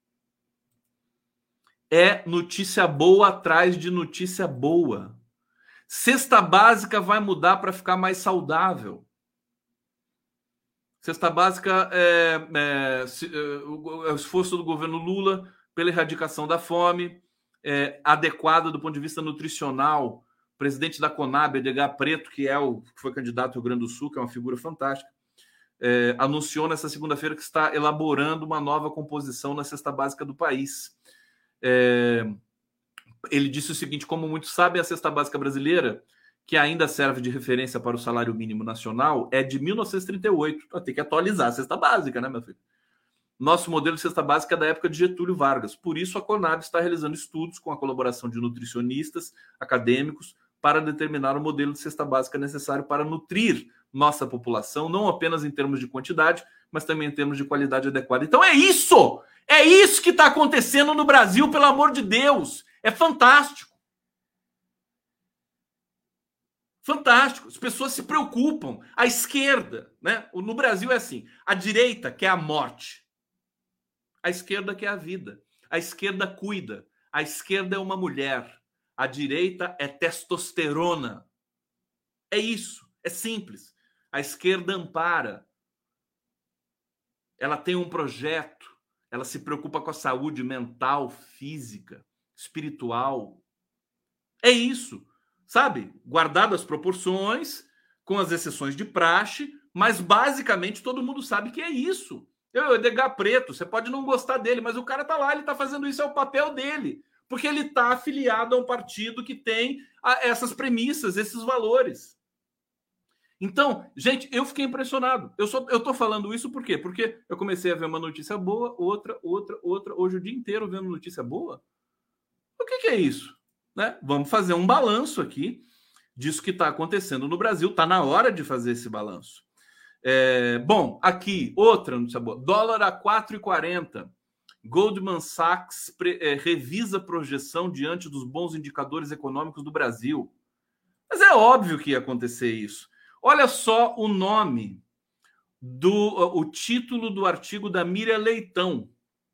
[SPEAKER 1] É notícia boa atrás de notícia boa. Cesta básica vai mudar para ficar mais saudável. Cesta básica é, é, se, é, o esforço do governo Lula pela erradicação da fome, é, adequada do ponto de vista nutricional. O presidente da Conab, Edgar Preto, que é o que foi candidato ao Rio Grande do Sul, que é uma figura fantástica, é, anunciou nessa segunda-feira que está elaborando uma nova composição na cesta básica do país. É, ele disse o seguinte: como muitos sabem, a cesta básica brasileira, que ainda serve de referência para o salário mínimo nacional, é de mil novecentos e trinta e oito. Tem que atualizar a cesta básica, né, meu filho? Nosso modelo de cesta básica é da época de Getúlio Vargas. Por isso, a Conab está realizando estudos com a colaboração de nutricionistas, acadêmicos, para determinar o modelo de cesta básica necessário para nutrir nossa população, não apenas em termos de quantidade, mas também em termos de qualidade adequada. Então é isso! É isso que está acontecendo no Brasil, pelo amor de Deus! É fantástico! Fantástico. As pessoas se preocupam. A esquerda, né? No Brasil é assim. A direita quer a morte. A esquerda quer a vida. A esquerda cuida. A esquerda é uma mulher. A direita é testosterona. É isso. É simples. A esquerda ampara. Ela tem um projeto. Ela se preocupa com a saúde mental, física, espiritual. É isso. Sabe? Guardado as proporções, com as exceções de praxe, mas basicamente todo mundo sabe que é isso. Eu, Edgar Preto, você pode não gostar dele, mas o cara tá lá, ele tá fazendo isso, é o papel dele. Porque ele tá afiliado a um partido que tem essas premissas, esses valores. Então, gente, eu fiquei impressionado. Eu, só, eu tô falando isso por quê? Porque eu comecei a ver uma notícia boa, outra, outra, outra, hoje o dia inteiro vendo notícia boa. O que, que é isso? Né? Vamos fazer um balanço aqui disso que está acontecendo no Brasil. Está na hora de fazer esse balanço. É, bom, aqui, outra notícia boa. Dólar a quatro reais e quarenta centavos. Goldman Sachs pre, é, revisa a projeção diante dos bons indicadores econômicos do Brasil. Mas é óbvio que ia acontecer isso. Olha só o nome, do, o título do artigo da Miriam Leitão.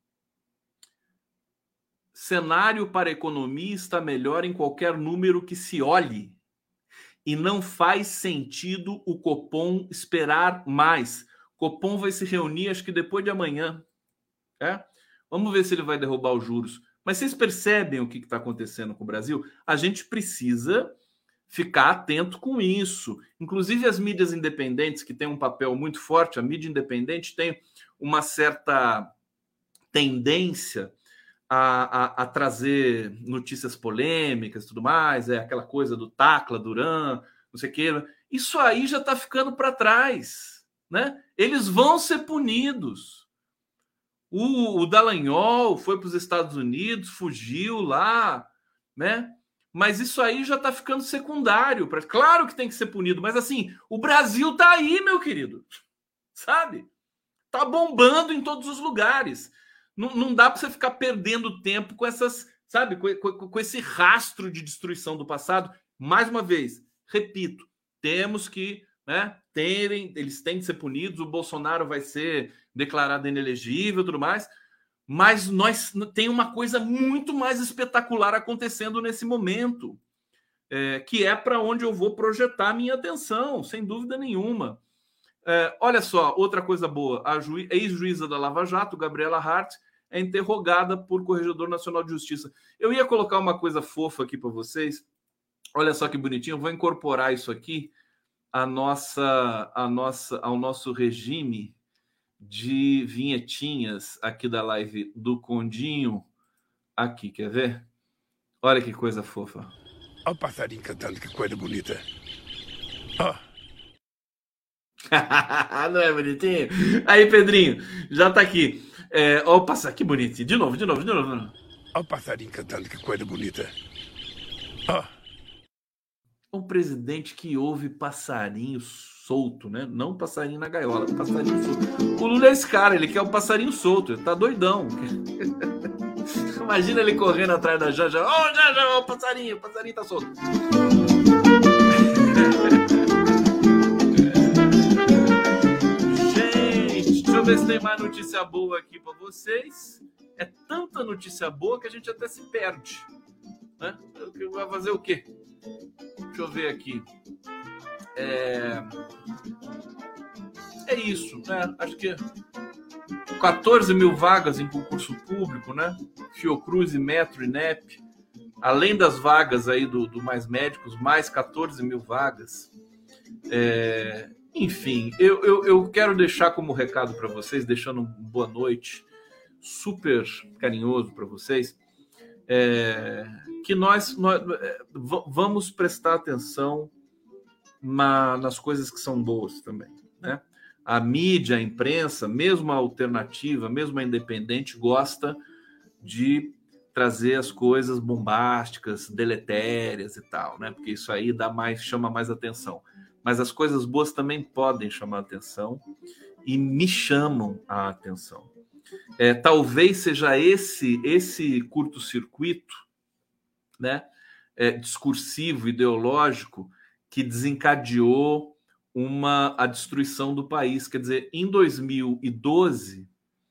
[SPEAKER 1] Cenário para a economia está melhor em qualquer número que se olhe. E não faz sentido o Copom esperar mais. O Copom vai se reunir, acho que depois de amanhã. É? Vamos ver se ele vai derrubar os juros. Mas vocês percebem o que está acontecendo com o Brasil? A gente precisa ficar atento com isso. Inclusive as mídias independentes, que têm um papel muito forte, a mídia independente tem uma certa tendência A, a, a trazer notícias polêmicas e tudo mais, é aquela coisa do Tacla, Duran, não sei o que. Isso aí já está ficando para trás, né? Eles vão ser punidos. O, o Dallagnol foi para os Estados Unidos, fugiu lá, né? Mas isso aí já está ficando secundário. Pra... Claro que tem que ser punido, mas assim, o Brasil está aí, meu querido, sabe? Tá bombando em todos os lugares. Não, não dá para você ficar perdendo tempo com essas sabe, com, com, com esse rastro de destruição do passado. Mais uma vez, repito, temos que, né, terem, eles têm que ser punidos, o Bolsonaro vai ser declarado inelegível e tudo mais, mas nós tem uma coisa muito mais espetacular acontecendo nesse momento, é, que é para onde eu vou projetar minha atenção, sem dúvida nenhuma. É, olha só, outra coisa boa, a juiz, ex-juíza da Lava Jato, Gabriela Hart, é interrogada por Corregedor Nacional de Justiça. Eu ia colocar uma coisa fofa aqui para vocês, olha só que bonitinho, eu vou incorporar isso aqui a nossa, a nossa, ao nosso regime de vinhetinhas aqui da live do Condinho. Aqui, quer ver? Olha que coisa fofa.
[SPEAKER 2] Olha o passarinho cantando, que coisa bonita. Ó. Oh.
[SPEAKER 1] Não é bonitinho? Aí, Pedrinho, já tá aqui. É, ó, o passarinho, que bonitinho. De novo, de novo, de novo.
[SPEAKER 2] Olha o passarinho cantando, que coisa bonita. Ó. Oh.
[SPEAKER 1] Um presidente que ouve passarinho solto, né? Não passarinho na gaiola, passarinho solto. O Lula é esse cara, ele quer o passarinho solto, ele tá doidão. Imagina ele correndo atrás da Janja. Ô, oh, Janja, o passarinho, o passarinho tá solto. Gente, deixa eu ver se tem mais notícia boa aqui pra vocês. É tanta notícia boa que a gente até se perde, né? Vai fazer o quê? Deixa eu ver aqui. É, é isso, né? Acho que quatorze mil vagas em concurso público, né? Fiocruz, Metro, Inep. Além das vagas aí do, do Mais Médicos, mais quatorze mil vagas. É, enfim, eu, eu, eu quero deixar como recado para vocês, deixando uma boa noite super carinhoso para vocês. É, que nós, nós vamos prestar atenção na, nas coisas que são boas também, né? A mídia, a imprensa, mesmo a alternativa, mesmo a independente, gosta de trazer as coisas bombásticas, deletérias e tal, né? Porque isso aí dá mais, chama mais atenção. Mas as coisas boas também podem chamar atenção e me chamam a atenção. É, talvez seja esse esse curto-circuito, né, é, discursivo, ideológico, que desencadeou uma, a destruição do país. Quer dizer, em dois mil e doze,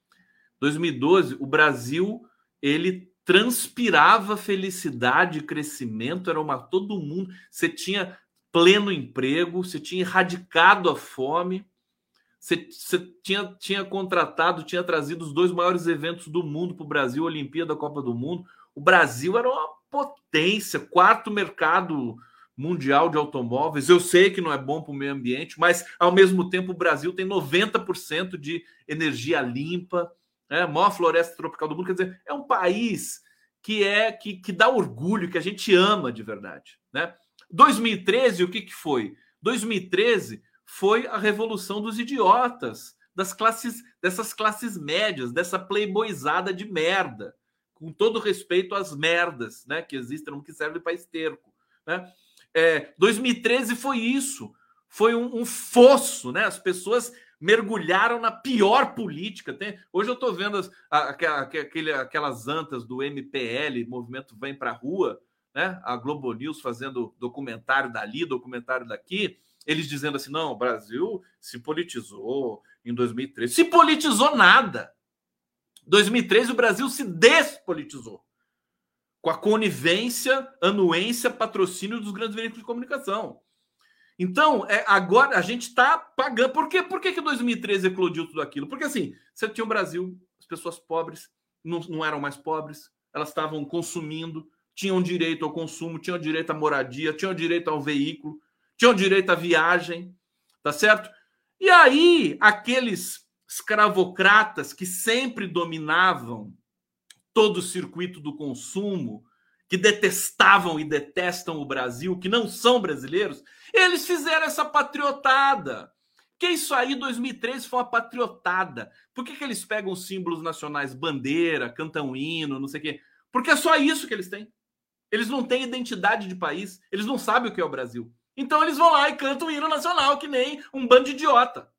[SPEAKER 1] dois mil e doze, o Brasil ele transpirava felicidade e crescimento, era uma todo mundo, você tinha pleno emprego, você tinha erradicado a fome. Você, você tinha, tinha contratado, tinha trazido os dois maiores eventos do mundo para o Brasil, a Olimpíada, a Copa do Mundo. O Brasil era uma potência, quarto mercado mundial de automóveis. Eu sei que não é bom para o meio ambiente, mas, ao mesmo tempo, o Brasil tem noventa por cento de energia limpa, né? A maior floresta tropical do mundo. Quer dizer, é um país que, é, que, que dá orgulho, que a gente ama de verdade, né? dois mil e treze, o que, que foi? dois mil e treze... foi a revolução dos idiotas, das classes, dessas classes médias, dessa playboyzada de merda, com todo respeito às merdas, né, que existem, que servem para esterco, né? É, dois mil e treze foi isso, foi um, um fosso, né? As pessoas mergulharam na pior política. Tem, hoje eu estou vendo as, a, a, aquele, aquelas antas do M P L, Movimento Vem Pra Rua, né? A Globo News fazendo documentário dali, documentário daqui, eles dizendo assim, não, o Brasil se politizou em dois mil e treze. Se politizou nada. Em dois mil e treze, o Brasil se despolitizou. Com a conivência, anuência, patrocínio dos grandes veículos de comunicação. Então, é, agora a gente está pagando. Por quê? Por que que dois mil e treze eclodiu tudo aquilo? Porque, assim, você tinha o Brasil, as pessoas pobres não, não eram mais pobres, elas estavam consumindo, tinham direito ao consumo, tinham direito à moradia, tinham direito ao veículo, tinham direito à viagem, tá certo? E aí, aqueles escravocratas que sempre dominavam todo o circuito do consumo, que detestavam e detestam o Brasil, que não são brasileiros, eles fizeram essa patriotada. Que isso aí, dois mil e treze, foi uma patriotada. Por que que eles pegam os símbolos nacionais, bandeira, cantam hino, não sei o quê? Porque é só isso que eles têm. Eles não têm identidade de país, eles não sabem o que é o Brasil. Então eles vão lá e cantam o hino nacional, que nem um bando de idiota.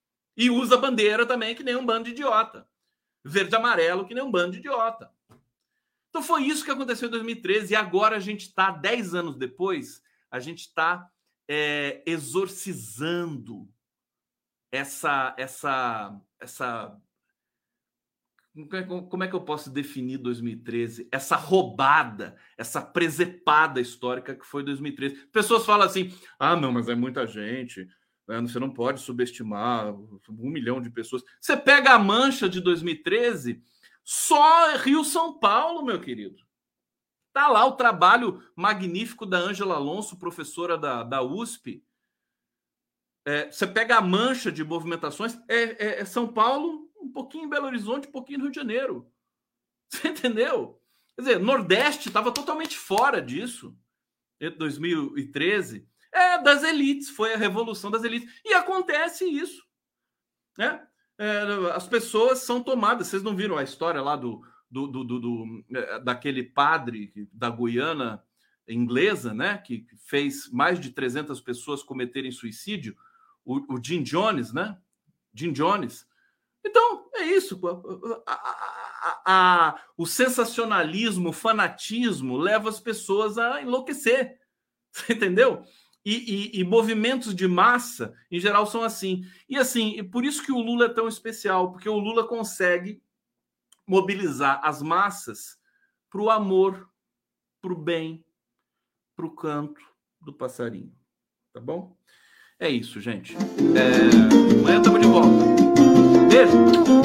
[SPEAKER 1] E usa bandeira também, que nem um bando de idiota. Verde e amarelo, que nem um bando de idiota. Então foi isso que aconteceu em dois mil e treze, e agora a gente está, dez anos depois, a gente está é, exorcizando essa, essa, essa... Como é que eu posso definir dois mil e treze? Essa roubada, essa presepada histórica que foi dois mil e treze. Pessoas falam assim, ah, não, mas é muita gente, né? Você não pode subestimar um milhão de pessoas. Você pega a mancha de dois mil e treze, só Rio-São Paulo, meu querido. Tá lá o trabalho magnífico da Ângela Alonso, professora da, da U S P. É, você pega a mancha de movimentações, é, é, é São Paulo, um pouquinho em Belo Horizonte, um pouquinho no Rio de Janeiro. Você entendeu? Quer dizer, Nordeste estava totalmente fora disso em dois mil e treze. É, das elites, foi a revolução das elites. E acontece isso, né? É, as pessoas são tomadas. Vocês não viram a história lá do, do, do, do, do daquele padre da Guiana inglesa, né? Que fez mais de trezentas pessoas cometerem suicídio, o, o Jim Jones, né? Jim Jones. Então, é isso. A, a, a, o sensacionalismo, o fanatismo leva as pessoas a enlouquecer. Você entendeu? E, e, e movimentos de massa, em geral, são assim. E assim, por isso que o Lula é tão especial, porque o Lula consegue mobilizar as massas para o amor, para o bem, para o canto do passarinho. Tá bom? É isso, gente. É... Amanhã estamos de volta. Beijo.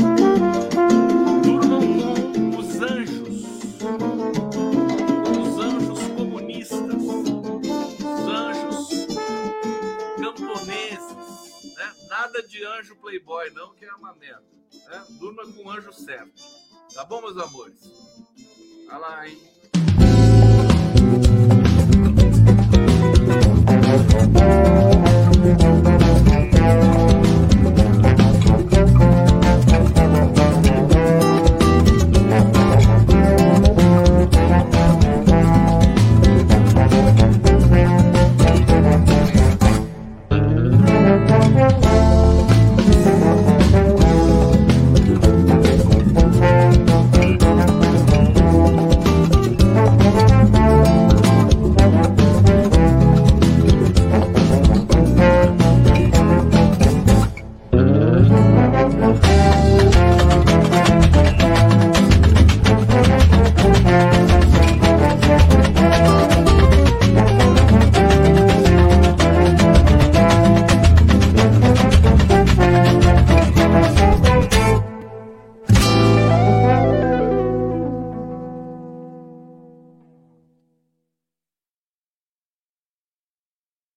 [SPEAKER 1] Durmam com os anjos. Os anjos comunistas. Os anjos camponeses. Né? Nada de anjo playboy, não, que é uma merda. Né? Durma com o anjo certo. Tá bom, meus amores? Vai lá, hein?